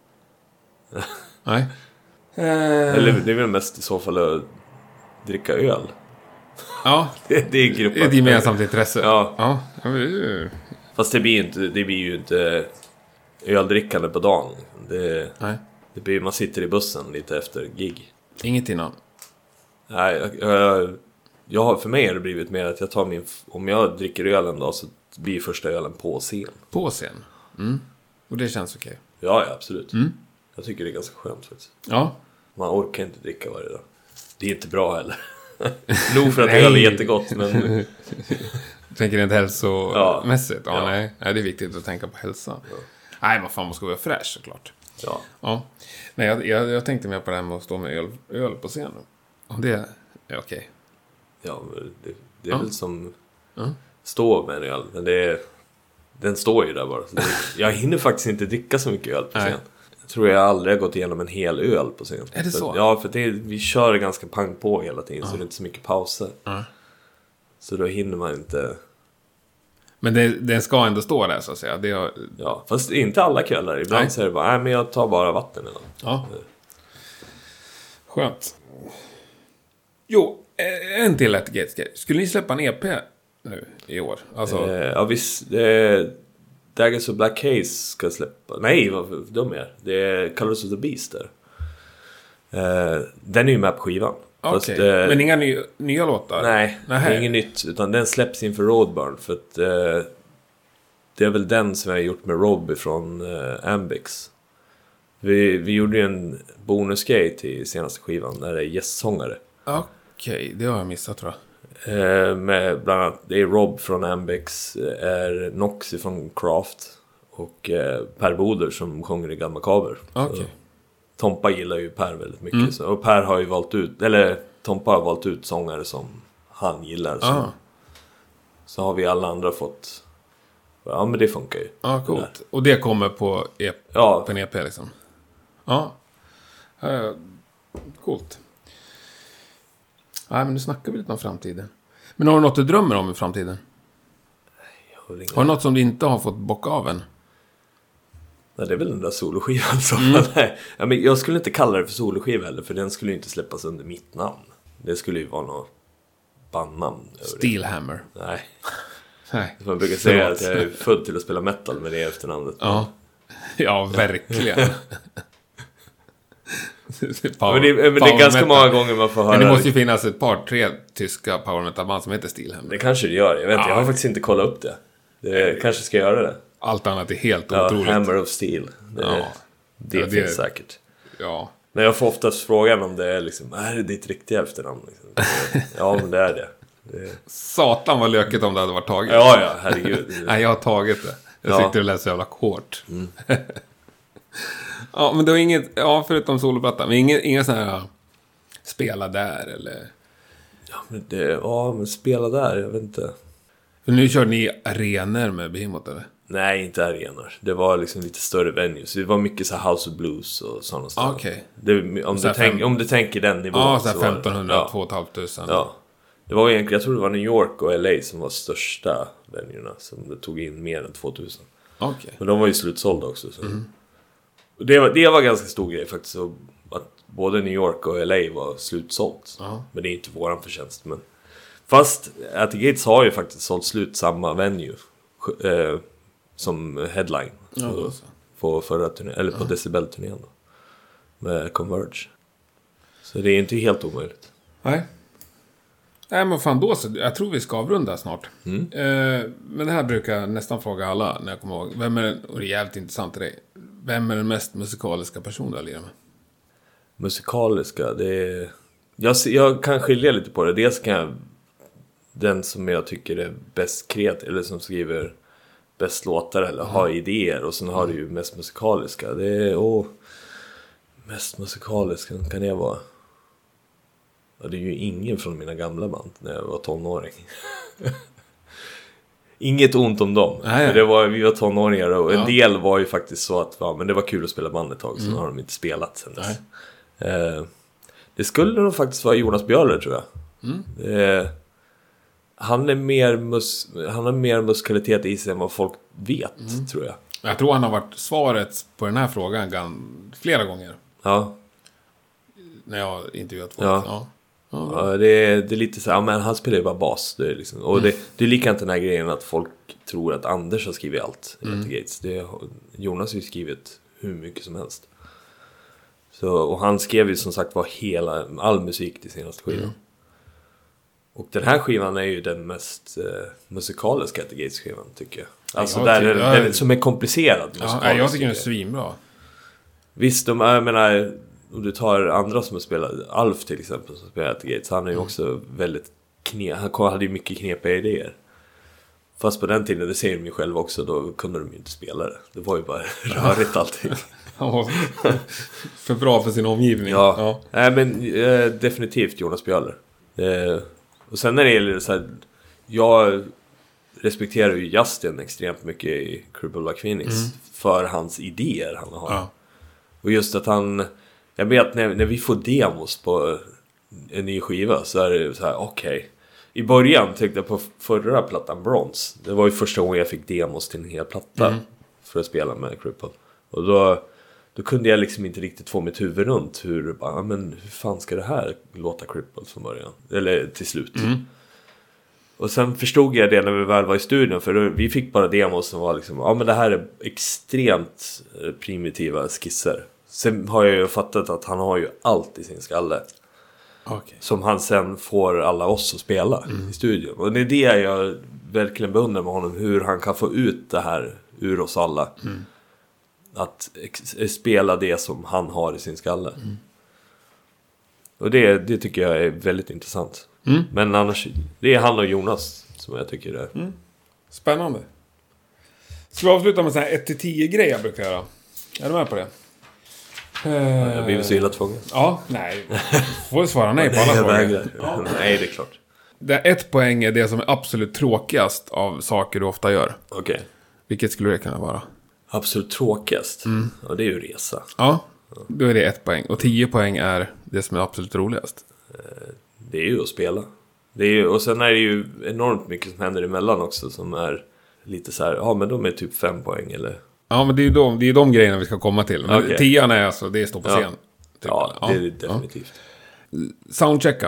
där? Nej. Eller det är väl mest i så fall att dricka öl. Ja, det, det är gruppen. Ett gemensamt intresse. Ja. Ja. Fast det blir ju inte, det blir ju inte öldrickande på dagen. Det, Nej. Det blir, man sitter i bussen lite efter gig. Inget innan. Nej, jag, jag, jag har, för mig har det blivit mer att jag tar min, om jag dricker öl en dag så blir första ölen på scen. På scen? Mm. Och det känns okej? Ja, ja, absolut. Mm. Jag tycker det är ganska skönt faktiskt. Ja. Man orkar inte dricka varje dag. Det är inte bra heller. Nog för att det är jättegott, men... Tänker inte hälsomässigt? Ja, ja. Nej. nej, det är viktigt att tänka på hälsa. Ja. Nej, vad fan, man ska vara fräsch såklart. Ja. Ja. Nej, jag, jag, jag tänkte mer på det här med att stå med öl, öl på scenen. Och det är okej. Okay. Ja, det, det är ja. väl som... Ja. Stå med en öl, men det är... Den står ju där bara. Så det, jag hinner faktiskt inte dricka så mycket öl på scen. Nej. Jag tror jag aldrig har gått igenom en hel öl på scen. Är det så? För, ja, för det, vi kör ganska pang på hela tiden. Ja. Så det är inte så mycket pauser. Ja. Så då hinner man inte... Men det, den ska ändå stå där så att säga. Det är... Ja, fast inte alla kvällar. Ibland nej. Så är det bara, nej men jag tar bara vatten idag. Ja. Skönt. Jo, en till At the Gates. Skulle ni släppa en E P nu i år? Alltså... Eh, ja, visst. Eh, Daggers och Black Case ska släppa. Nej, vad de är. Det är Colors of the Beast där. Eh, den är ju med på skivan. Okej, okay. eh, men inga ny, nya låtar? Nej, det är inget nytt. Utan den släpps inför Roadburn. För att eh, det är väl den som jag har gjort med Rob från eh, Ambix. Vi, vi gjorde ju en bonusgrej till senaste skivan. Där det är gästsångare. Okej, okay, det har jag missat tror jag. Eh, med bland annat, det är Rob från Ambix, är Nox från Craft och eh, Per Boder som sjunger i Gamma Kaber. Okay. Tompa gillar ju Per väldigt mycket. Mm. Så, och Per har ju valt ut, eller Tompa har valt ut sångare som han gillar. Så, ah. så har vi alla andra fått, ja men det funkar ju. Ja, ah, coolt. Och det kommer på, e- ja. på en E P liksom? Ja. Uh, coolt. Nej, men nu snackar vi lite om framtiden. Men har du något du drömmer om i framtiden? Har, har du något som du inte har fått bocka av än? Nej, det är väl den där soloskivan som... Mm. Nej, ja, men jag skulle inte kalla det för soloskiva heller, för den skulle ju inte släppas under mitt namn. Det skulle ju vara något bandnamn. Steelhammer. Nej. Nej. Man brukar säga att jag är född till att spela metal med det efternamnet. Ja, ja verkligen. Power, men det, men det är ganska metal. Många gånger man får höra. Men det måste ju finnas ett par, tre tyska power metal band som heter Steelhammer. Det kanske det gör, jag vet inte, ja. Jag har faktiskt inte kollat upp det. Det äh, kanske ska göra det. Allt annat är helt ja, otroligt. Hammer of Steel. Det, ja. det ja, finns det, säkert. Ja. Men jag får oftast frågan om det är liksom, är det ditt riktiga efternamn? Liksom. Ja, men det är det. det. Satan vad löket om det hade varit taget. Ja, ja, herregud. Nej, jag har tagit det. Jag ja. tyckte det lät så jävla hårt. Mm. Ja, men det var inget, ja, förutom soloplatta, men inget, inga sådana här spela där eller... Ja, men det, ja, men spela där, jag vet inte. För nu kör ni arenor med Behemoth, eller? Nej, inte arenor. Det var liksom lite större venues. Det var mycket så här House of Blues och sådana saker. Okej. Det, om, du tänk, om du tänker den nivån. Ja, så här så var det- femtonhundra, ja. två tusen femhundra. Ja. Det var egentligen, jag tror det var New York och L A som var största venuerna. Som det tog in mer än tvåtusen. Okej. Men de var ju slutsålda också. Så. Mm. Och det, var, det var ganska stor grej faktiskt. Så att både New York och L A var slutsålt. Ja. Men det är inte våran förtjänst. Men fast At the Gates har ju faktiskt sålt slut samma venue. Eh, som headline. Ja, på, på förra turnén. Eller på ja. Decibel-turnén då. Med Converge. Så det är inte helt omöjligt. Nej. Nej, men fan då så. Jag tror vi ska avrunda snart. Mm. Eh, men det här brukar jag nästan fråga alla när jag kommer ihåg. Vem är den, och det är jävligt intressant till dig. Vem är den mest musikaliska personen du har lirat med? Musikaliska, det är... Jag, jag kan skilja lite på det. Dels kan jag... Den som jag tycker är bäst kreativ, eller som skriver bäst låtar eller mm. har idéer. Och sen har du ju mest musikaliska. Det är... Åh, mest musikaliska kan det vara. Ja, det är ju ingen från mina gamla band när jag var tonåring. Inget ont om dem. Nej, det var, vi var tonåringar och en ja. del var ju faktiskt så att ja, men det var kul att spela band ett tag. Sen mm. har de inte spelat sen dess. Eh, det skulle nog faktiskt vara Jonas Björler, tror jag. Mm. Eh, han, är mer mus- han har mer musikalitet i sig än vad folk vet, mm. tror jag. Jag tror han har varit svaret på den här frågan gan- flera gånger. Ja. När jag har intervjuat folk. Ja. Ja. Ja, det, är, det är lite så här, ja, men han spelar ju bara bas. Det är liksom, och det, det är likadant den här grejen att folk tror att Anders har skrivit allt i mm. At the Gates. Det, Jonas har ju skrivit hur mycket som helst. Så, och han skrev ju som sagt var hela, all musik till senaste skivan. Mm. Och den här skivan är ju den mest eh, musikaliska At the Gates-skivan, tycker jag. Alltså jag där tycker, är, den som är komplicerad. Ja, jag tycker den är svinbra. Visst, de, jag menar... Om du tar andra som har spelat, Alf till exempel som spelar At the Gates, han är ju också mm. väldigt knep, han hade ju mycket knepiga idéer. Fast på den tiden, det säger de ju själva också, då kunde de ju inte spela det. Det var ju bara rörigt allting. Han var för bra för sin omgivning. Ja, ja. Nej, men eh, definitivt Jonas Björler. Eh, och sen när det gäller så här, jag respekterar ju Justin extremt mycket i Crippled Like Phoenix mm. för hans idéer han har. Ja. Och just att han... Jag vet att när, när vi får demos på en ny skiva så är det så här, okej. Okay. I början tyckte jag på förra plattan Bronze. Det var ju första gången jag fick demos till en hel platta mm. för att spela med Crippled. Och då, då kunde jag liksom inte riktigt få mitt huvud runt hur, bara, men hur fan ska det här låta Crippled från början? Eller till slut. Mm. Och sen förstod jag det när vi väl var i studion. För då, vi fick bara demos som var liksom, ja men det här är extremt primitiva skisser. Sen har jag ju fattat att han har ju allt i sin skalle. Okay. Som han sen får alla oss att spela mm. i studion. Och det är det jag verkligen beundrar med honom. Hur han kan få ut det här ur oss alla. Mm. Att ex- spela det som han har i sin skalle. Mm. Och det, det tycker jag är väldigt intressant. Mm. Men annars, det är han och Jonas som jag tycker är. Mm. Spännande. Ska vi avsluta med en sån här ett till tio grej jag brukar göra? Är du med på det? Ja, jag blir så illa tvungen. Ja, nej. Får svara nej på alla frågor. Ja. Nej, det är klart. Det ett poäng är det som är absolut tråkigast av saker du ofta gör. Okej. Okay. Vilket skulle det kunna vara? Absolut tråkigast? Mm. Ja, det är ju resa. Ja, då är det ett poäng. Och tio poäng är det som är absolut roligast. Det är ju att spela. Det är ju, och sen är det ju enormt mycket som händer emellan också som är lite så här, ja men de är typ fem poäng eller... Ja, men det är ju de, det är de grejerna vi ska komma till. Men okay. Tian är alltså, det är stå på scen. Ja, ja, det är det definitivt. Ja. Soundchecka.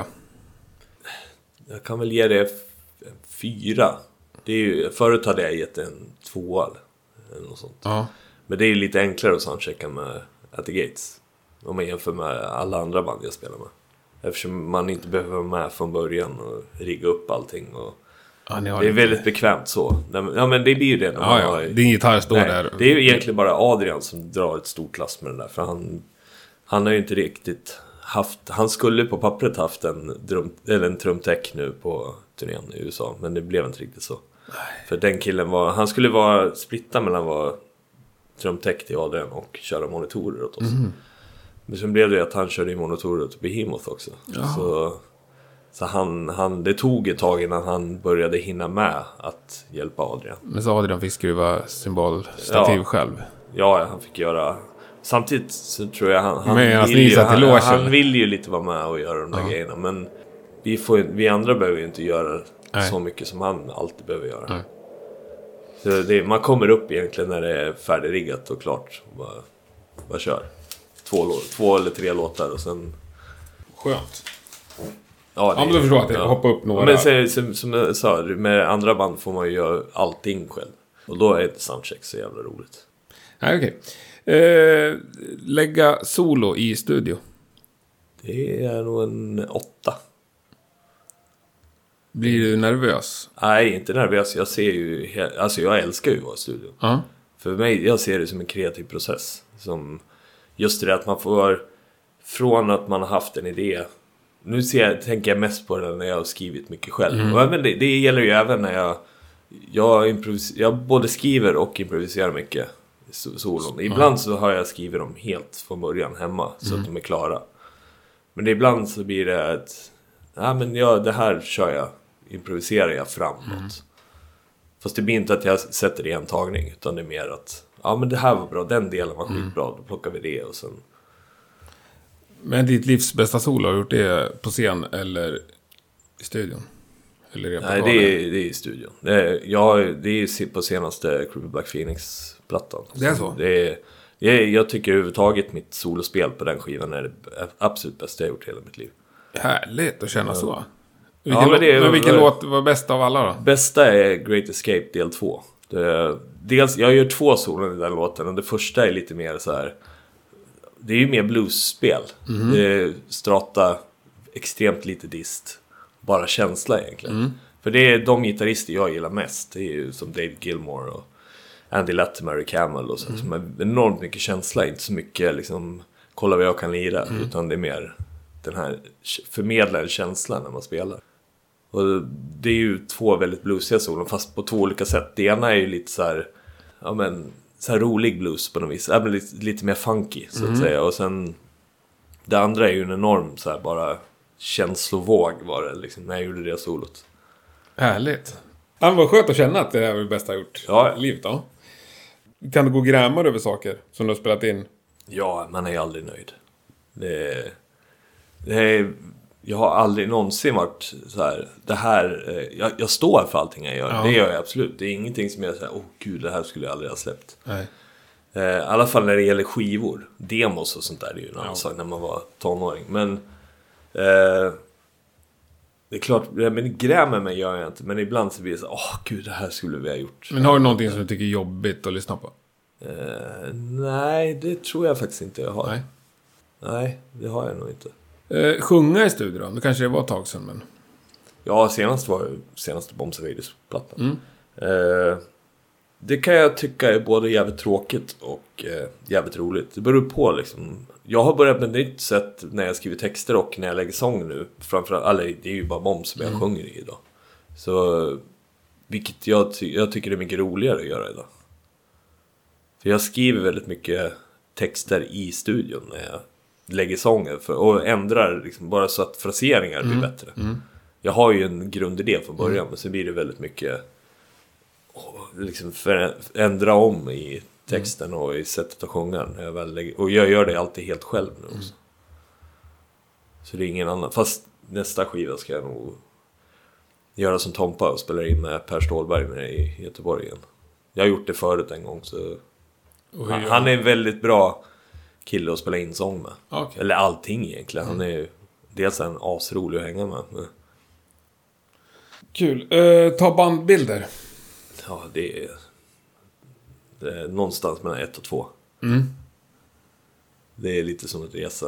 Jag kan väl ge det f- fyra. Det är ju, förut hade jag gett en tvåa eller något sånt. Ja. Men det är ju lite enklare att soundchecka med At the Gates. Om man jämför med alla andra band jag spelar med. Eftersom man inte behöver vara med från början och rigga upp allting och... Ja, det är lite... väldigt bekvämt så. Ja, men det blir ju det. När ja, ja. Har... Din gitarr står Nej, där. Det är ju egentligen bara Adrian som drar ett stort lass med den där. För han, han har ju inte riktigt haft... Han skulle på pappret haft en, drum, eller en trumtech nu på turnén i U S A. Men det blev inte riktigt så. Nej. För den killen var... Han skulle vara splitta mellan vara trumtech till Adrian och köra monitorer åt oss. Mm. Men sen blev det att han körde i monitorer åt Behemoth också. Ja. Så... Så han, han, det tog ett tag innan han började hinna med att hjälpa Adrian. Men så Adrian fick skruva symbolstativ ja. själv. Ja, han fick göra... Samtidigt så tror jag han... Han, men, vill, ju, han, han vill ju lite vara med och göra de där ja. grejerna. Men vi, får, vi andra behöver ju inte göra Nej. så mycket som han alltid behöver göra. Nej. Så det, man kommer upp egentligen när det är färdigriggat och klart. Och bara, bara kör. Två, två eller tre låtar och sen... Skönt. Ja, det, ja men du förstår att det ja. hoppar upp några. Men så, som, som jag sa, med andra band får man ju göra allting själv. Och då är inte soundcheck så jävla roligt. Nej, okej. Okay. Eh, lägga solo i studio. Det är nog en åtta. Blir du nervös? Nej, inte nervös. Jag ser ju... Alltså jag älskar ju att vara i studio. Uh-huh. För mig, jag ser det som en kreativ process. Som just det att man får... Från att man har haft en idé... Nu ser jag, tänker jag mest på det när jag har skrivit mycket själv. Mm. Och även det, det gäller ju även när jag... Jag, improvis, jag både skriver och improviserar mycket solon. Ibland mm. så har jag skrivit dem helt från början hemma. Så mm. att de är klara. Men ibland så blir det ett... Ja, men jag, det här kör jag. Improviserar jag framåt. Mm. Fast det blir inte att jag sätter det i en tagning. Utan det är mer att... Ja, men det här var bra. Den delen var skitbra. Mm. Då plockar vi det och sen... Men ditt livs bästa solo har gjort det på scen eller i studion? Eller Nej, det är, det är i studion. Det är, jag, det är på senaste Creepy Black Phoenix-plattan. Det är så? Det är, jag, jag tycker överhuvudtaget mitt solospel på den skivan är det absolut bästa jag gjort hela mitt liv. Härligt att känna ja. så. Vilken, ja, men, det, låt, men vilken låt var bäst av alla då? Bästa är Great Escape del två. Det, dels, jag gör två solon i den låten och det första är lite mer så här... Det är ju mer bluesspel. Mm. Det är strata, extremt lite dist. Bara känsla egentligen. Mm. För det är de gitarrister jag gillar mest. Det är ju som Dave Gilmour och Andy Latimer och Camel och så. Mm. Som har enormt mycket känsla. Inte så mycket liksom, kolla vad jag kan lira. Mm. Utan det är mer den här förmedlade känslan när man spelar. Och det är ju två väldigt bluesiga solon. Fast på två olika sätt. Det ena är ju lite så här... Ja men... Så här rolig blues på något vis. Även lite, lite mer funky så att mm. säga. Och sen det andra är ju en enorm så här bara känslovåg var det liksom när jag gjorde det solot. Härligt. Ja, vad skönt att känna att det här var det bästa jag gjort ja. i livet då. Kan du gå grämar över saker som du har spelat in? Ja, man är ju aldrig nöjd. Det, det är, jag har aldrig någonsin varit så här, det här, jag, jag står för allting jag gör. Ja. Det gör jag absolut. Det är ingenting som jag säger, åh gud, det här skulle jag aldrig ha släppt. Nej. Eh, I alla fall när det gäller skivor. Demos och sånt där, det är ju en annan sak när man var tonåring. Men eh, det är klart, men grämer mig gör jag inte. Men ibland så blir det så, åh gud, det här skulle vi ha gjort. Men har du någonting som du tycker är jobbigt att lyssna på? Eh, nej, det tror jag faktiskt inte jag har. Nej, nej det har jag nog inte. Eh, sjunga i studion då? Det kanske det var ett tag sedan, men... Ja, senast var senaste Bombs Invaders-plattan. Mm. Eh, det kan jag tycka är både jävligt tråkigt och eh, jävligt roligt. Det beror på liksom. Jag har börjat med ett nytt sätt när jag skriver texter och när jag lägger sång nu. Framförallt, eller det är ju bara Bombs som jag mm. sjunger i idag. Så, vilket jag, ty- jag tycker är mycket roligare att göra idag. För jag skriver väldigt mycket texter i studion när jag lägger sånger för, och ändrar liksom, bara så att fraseringar blir mm. bättre. Mm. Jag har ju en grundidé från början mm. men så blir det väldigt mycket oh, liksom för, ändra om i texten mm. och i sättet att sjunga när jag väl lägger, och jag gör det alltid helt själv nu också. Mm. Så det är ingen annan. Fast nästa skiva ska jag nog göra som Tompa och spela in med Per Stålberg nere i Göteborg igen. Jag har gjort det förut en gång så han, han är en väldigt bra kille att spela in sång med. Okay. Eller allting egentligen. Han är ju dels en asrolig att hänga med. Kul. Uh, ta bandbilder. Ja, det är, det är någonstans mellan ett och två. Mm. Det är lite som ett resa.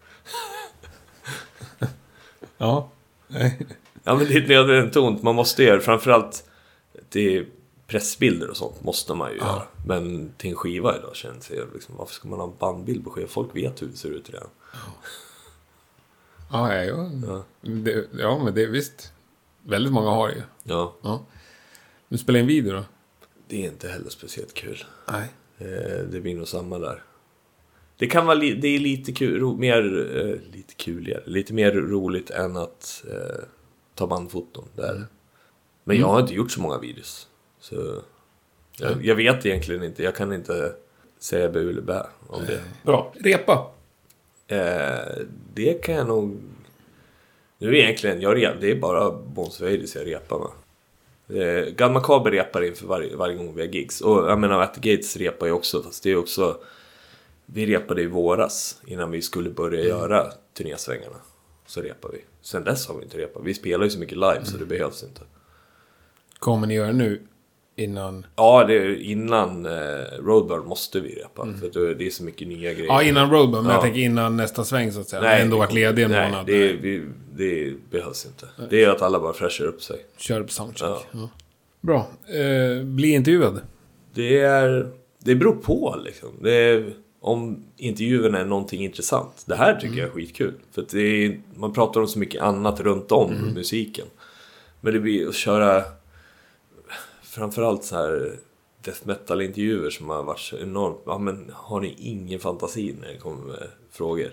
Ja. Ja, men det är en tont. Man måste göra. Framförallt det är pressbilder och sånt måste man ju ja. göra. Men till en skiva idag känns det liksom, varför ska man ha en bandbild på skiva? Folk vet hur det ser ut redan. Ja, ja, ja. ja. Det, ja men det är visst. Väldigt många har det ju. Ja. ja. Du spelar in video då? Det är inte heller speciellt kul. Nej. Eh, det blir nog samma där. Det kan vara li- det är lite kul, ro, mer eh, lite kuligare, lite mer roligt än att eh, ta bandfoton där. Mm. Men jag har inte gjort så många videos. Så jag, mm. jag vet egentligen inte. Jag kan inte säga bu eller bä om det. Bra. Repa? Eh, det kan jag nog... Nu är det egentligen... Jag rep, det är bara Bones Vadis jag repar med. Eh, God Macabre repar inför varje, varje gång vi har gigs. Och jag menar att Gates repar ju också. Fast det är också... Vi repade i våras innan vi skulle börja mm. göra turnésvängarna. Så repar vi. Sen dess har vi inte repat. Vi spelar ju så mycket live mm. så det behövs inte. Kommer ni göra nu innan? Ja, det är innan eh, Roadburn måste vi repa. Mm. För det är så mycket nya grejer. Ja, innan Roadburn. Men ja. jag tänker innan nästa sväng så att säga. Nej, ändå varit ledig en nej, månad. Det, vi, det behövs inte. Nej. Det är att alla bara fräschar upp sig. Kör upp soundcheck. Ja. Ja. Bra. Eh, bli intervjuad. Det är... Det beror på liksom. Det är... Om intervjuerna är någonting intressant. Det här tycker mm. jag är skitkul. För att det är, man pratar om så mycket annat runt om mm. musiken. Men det blir att köra framförallt så här death metal-intervjuer som har varit så enormt. Ja, men har ni ingen fantasi när det kommer med frågor?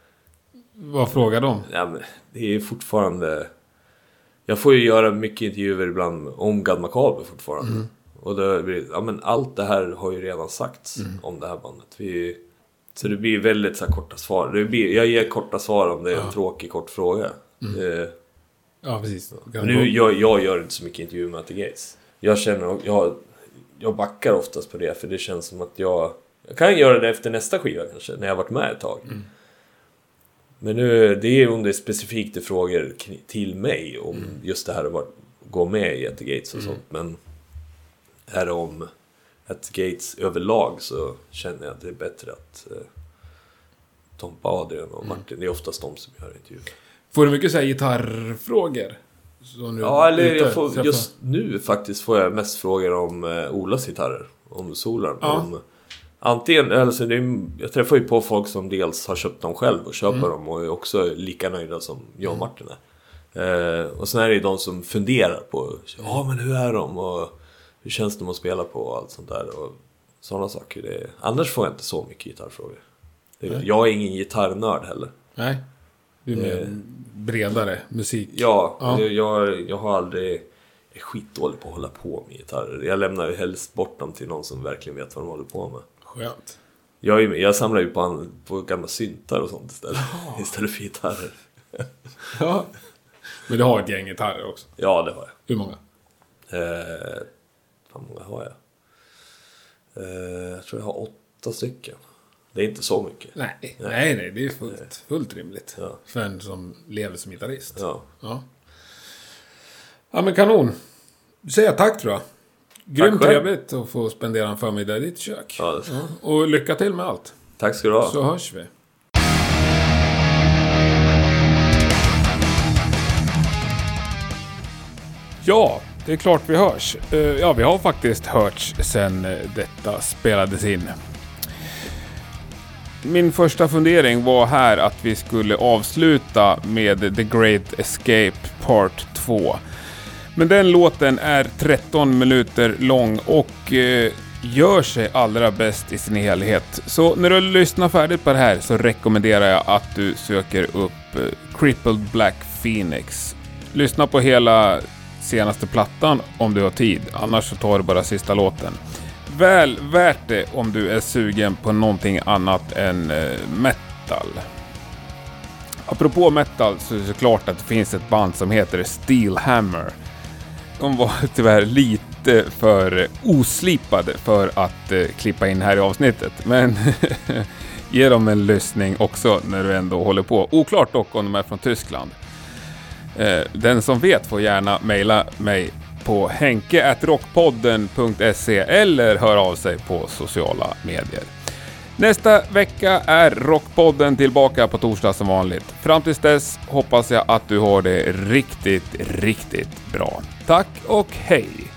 Vad frågar de? Ja, men det är fortfarande... Jag får ju göra mycket intervjuer ibland om God Macabre fortfarande. Mm. Och det blir, ja, men allt det här har ju redan sagts mm. om det här bandet. Vi, så det blir väldigt så här korta svar. Det blir, jag ger korta svar om det är en ja. tråkig kort fråga. Mm. Det, ja, precis. Men nu, jag, jag gör inte så mycket intervju med The Gates. Jag känner, jag, jag backar oftast på det. För det känns som att jag... Jag kan göra det efter nästa skiva kanske. När jag har varit med ett tag. Mm. Men nu, det är om det är specifikt frågor till mig. Om mm. just det här att gå med i The Gates och mm. sånt. Men... Här om ett Gates överlag så känner jag att det är bättre att eh, Tompa, Adrian och Martin, mm. det är oftast de som gör intervjuer. Får du mycket så här gitarrfrågor? Så nu ja, eller jag får, just nu faktiskt får jag mest frågor om eh, Olas gitarrer, om solar. Ja. Om, antingen, alltså det är, jag träffar ju på folk som dels har köpt dem själv och köper mm. dem och är också lika nöjda som jag och Martin är. Eh, och sen är det de som funderar på, ja men hur är de och hur känns det att spela på och allt sånt där och sådana saker. Det är, annars får jag inte så mycket gitarrfrågor. Det är, jag är ingen gitarrnörd heller. Nej, du är mer eh, bredare musik. Ja, ja. Jag, jag har aldrig... Jag är skitdålig på att hålla på med gitarrer. Jag lämnar ju helst bort dem till någon som verkligen vet vad de håller på med. Skönt. Jag, är, jag samlar ju på, på gamla syntar och sånt istället, oh. istället för gitarrer. Ja, men du har ett gäng gitarrer också. Ja, det har jag. Hur många? Eh... Hur många har jag? Uh, jag tror jag har åtta stycken. Det är inte så mycket. Nej, nej, nej, nej det är fullt, fullt rimligt. Ja. För en som lever som gitarrist. Ja. Ja. Ja, men kanon. Säger tack tror jag. Grymt trevligt att få spendera en förmiddag i ditt kök. Ja, ja. Och lycka till med allt. Tack ska du ha. Så hörs vi. Ja, det är klart vi hörs. Ja, vi har faktiskt hörts sen detta spelades in. Min första fundering var här att vi skulle avsluta med The Great Escape Part två. Men den låten är tretton minuter lång och eh, gör sig allra bäst i sin helhet. Så när du lyssnar färdigt på det här så rekommenderar jag att du söker upp eh, Crippled Black Phoenix. Lyssna på hela senaste plattan om du har tid, annars så tar du bara sista låten. Väl värt det om du är sugen på någonting annat än eh, metal. Apropå metal så är det såklart att det finns ett band som heter Steel Hammer. De var tyvärr lite för oslipade för att eh, klippa in här i avsnittet, men ge dem en lyssning också när du ändå håller på. Oklart dock om de är från Tyskland. Den som vet får gärna mejla mig på henke at rockpodden punkt se eller hör av sig på sociala medier. Nästa vecka är Rockpodden tillbaka på torsdag som vanligt. Fram tills dess hoppas jag att du har det riktigt, riktigt bra. Tack och hej!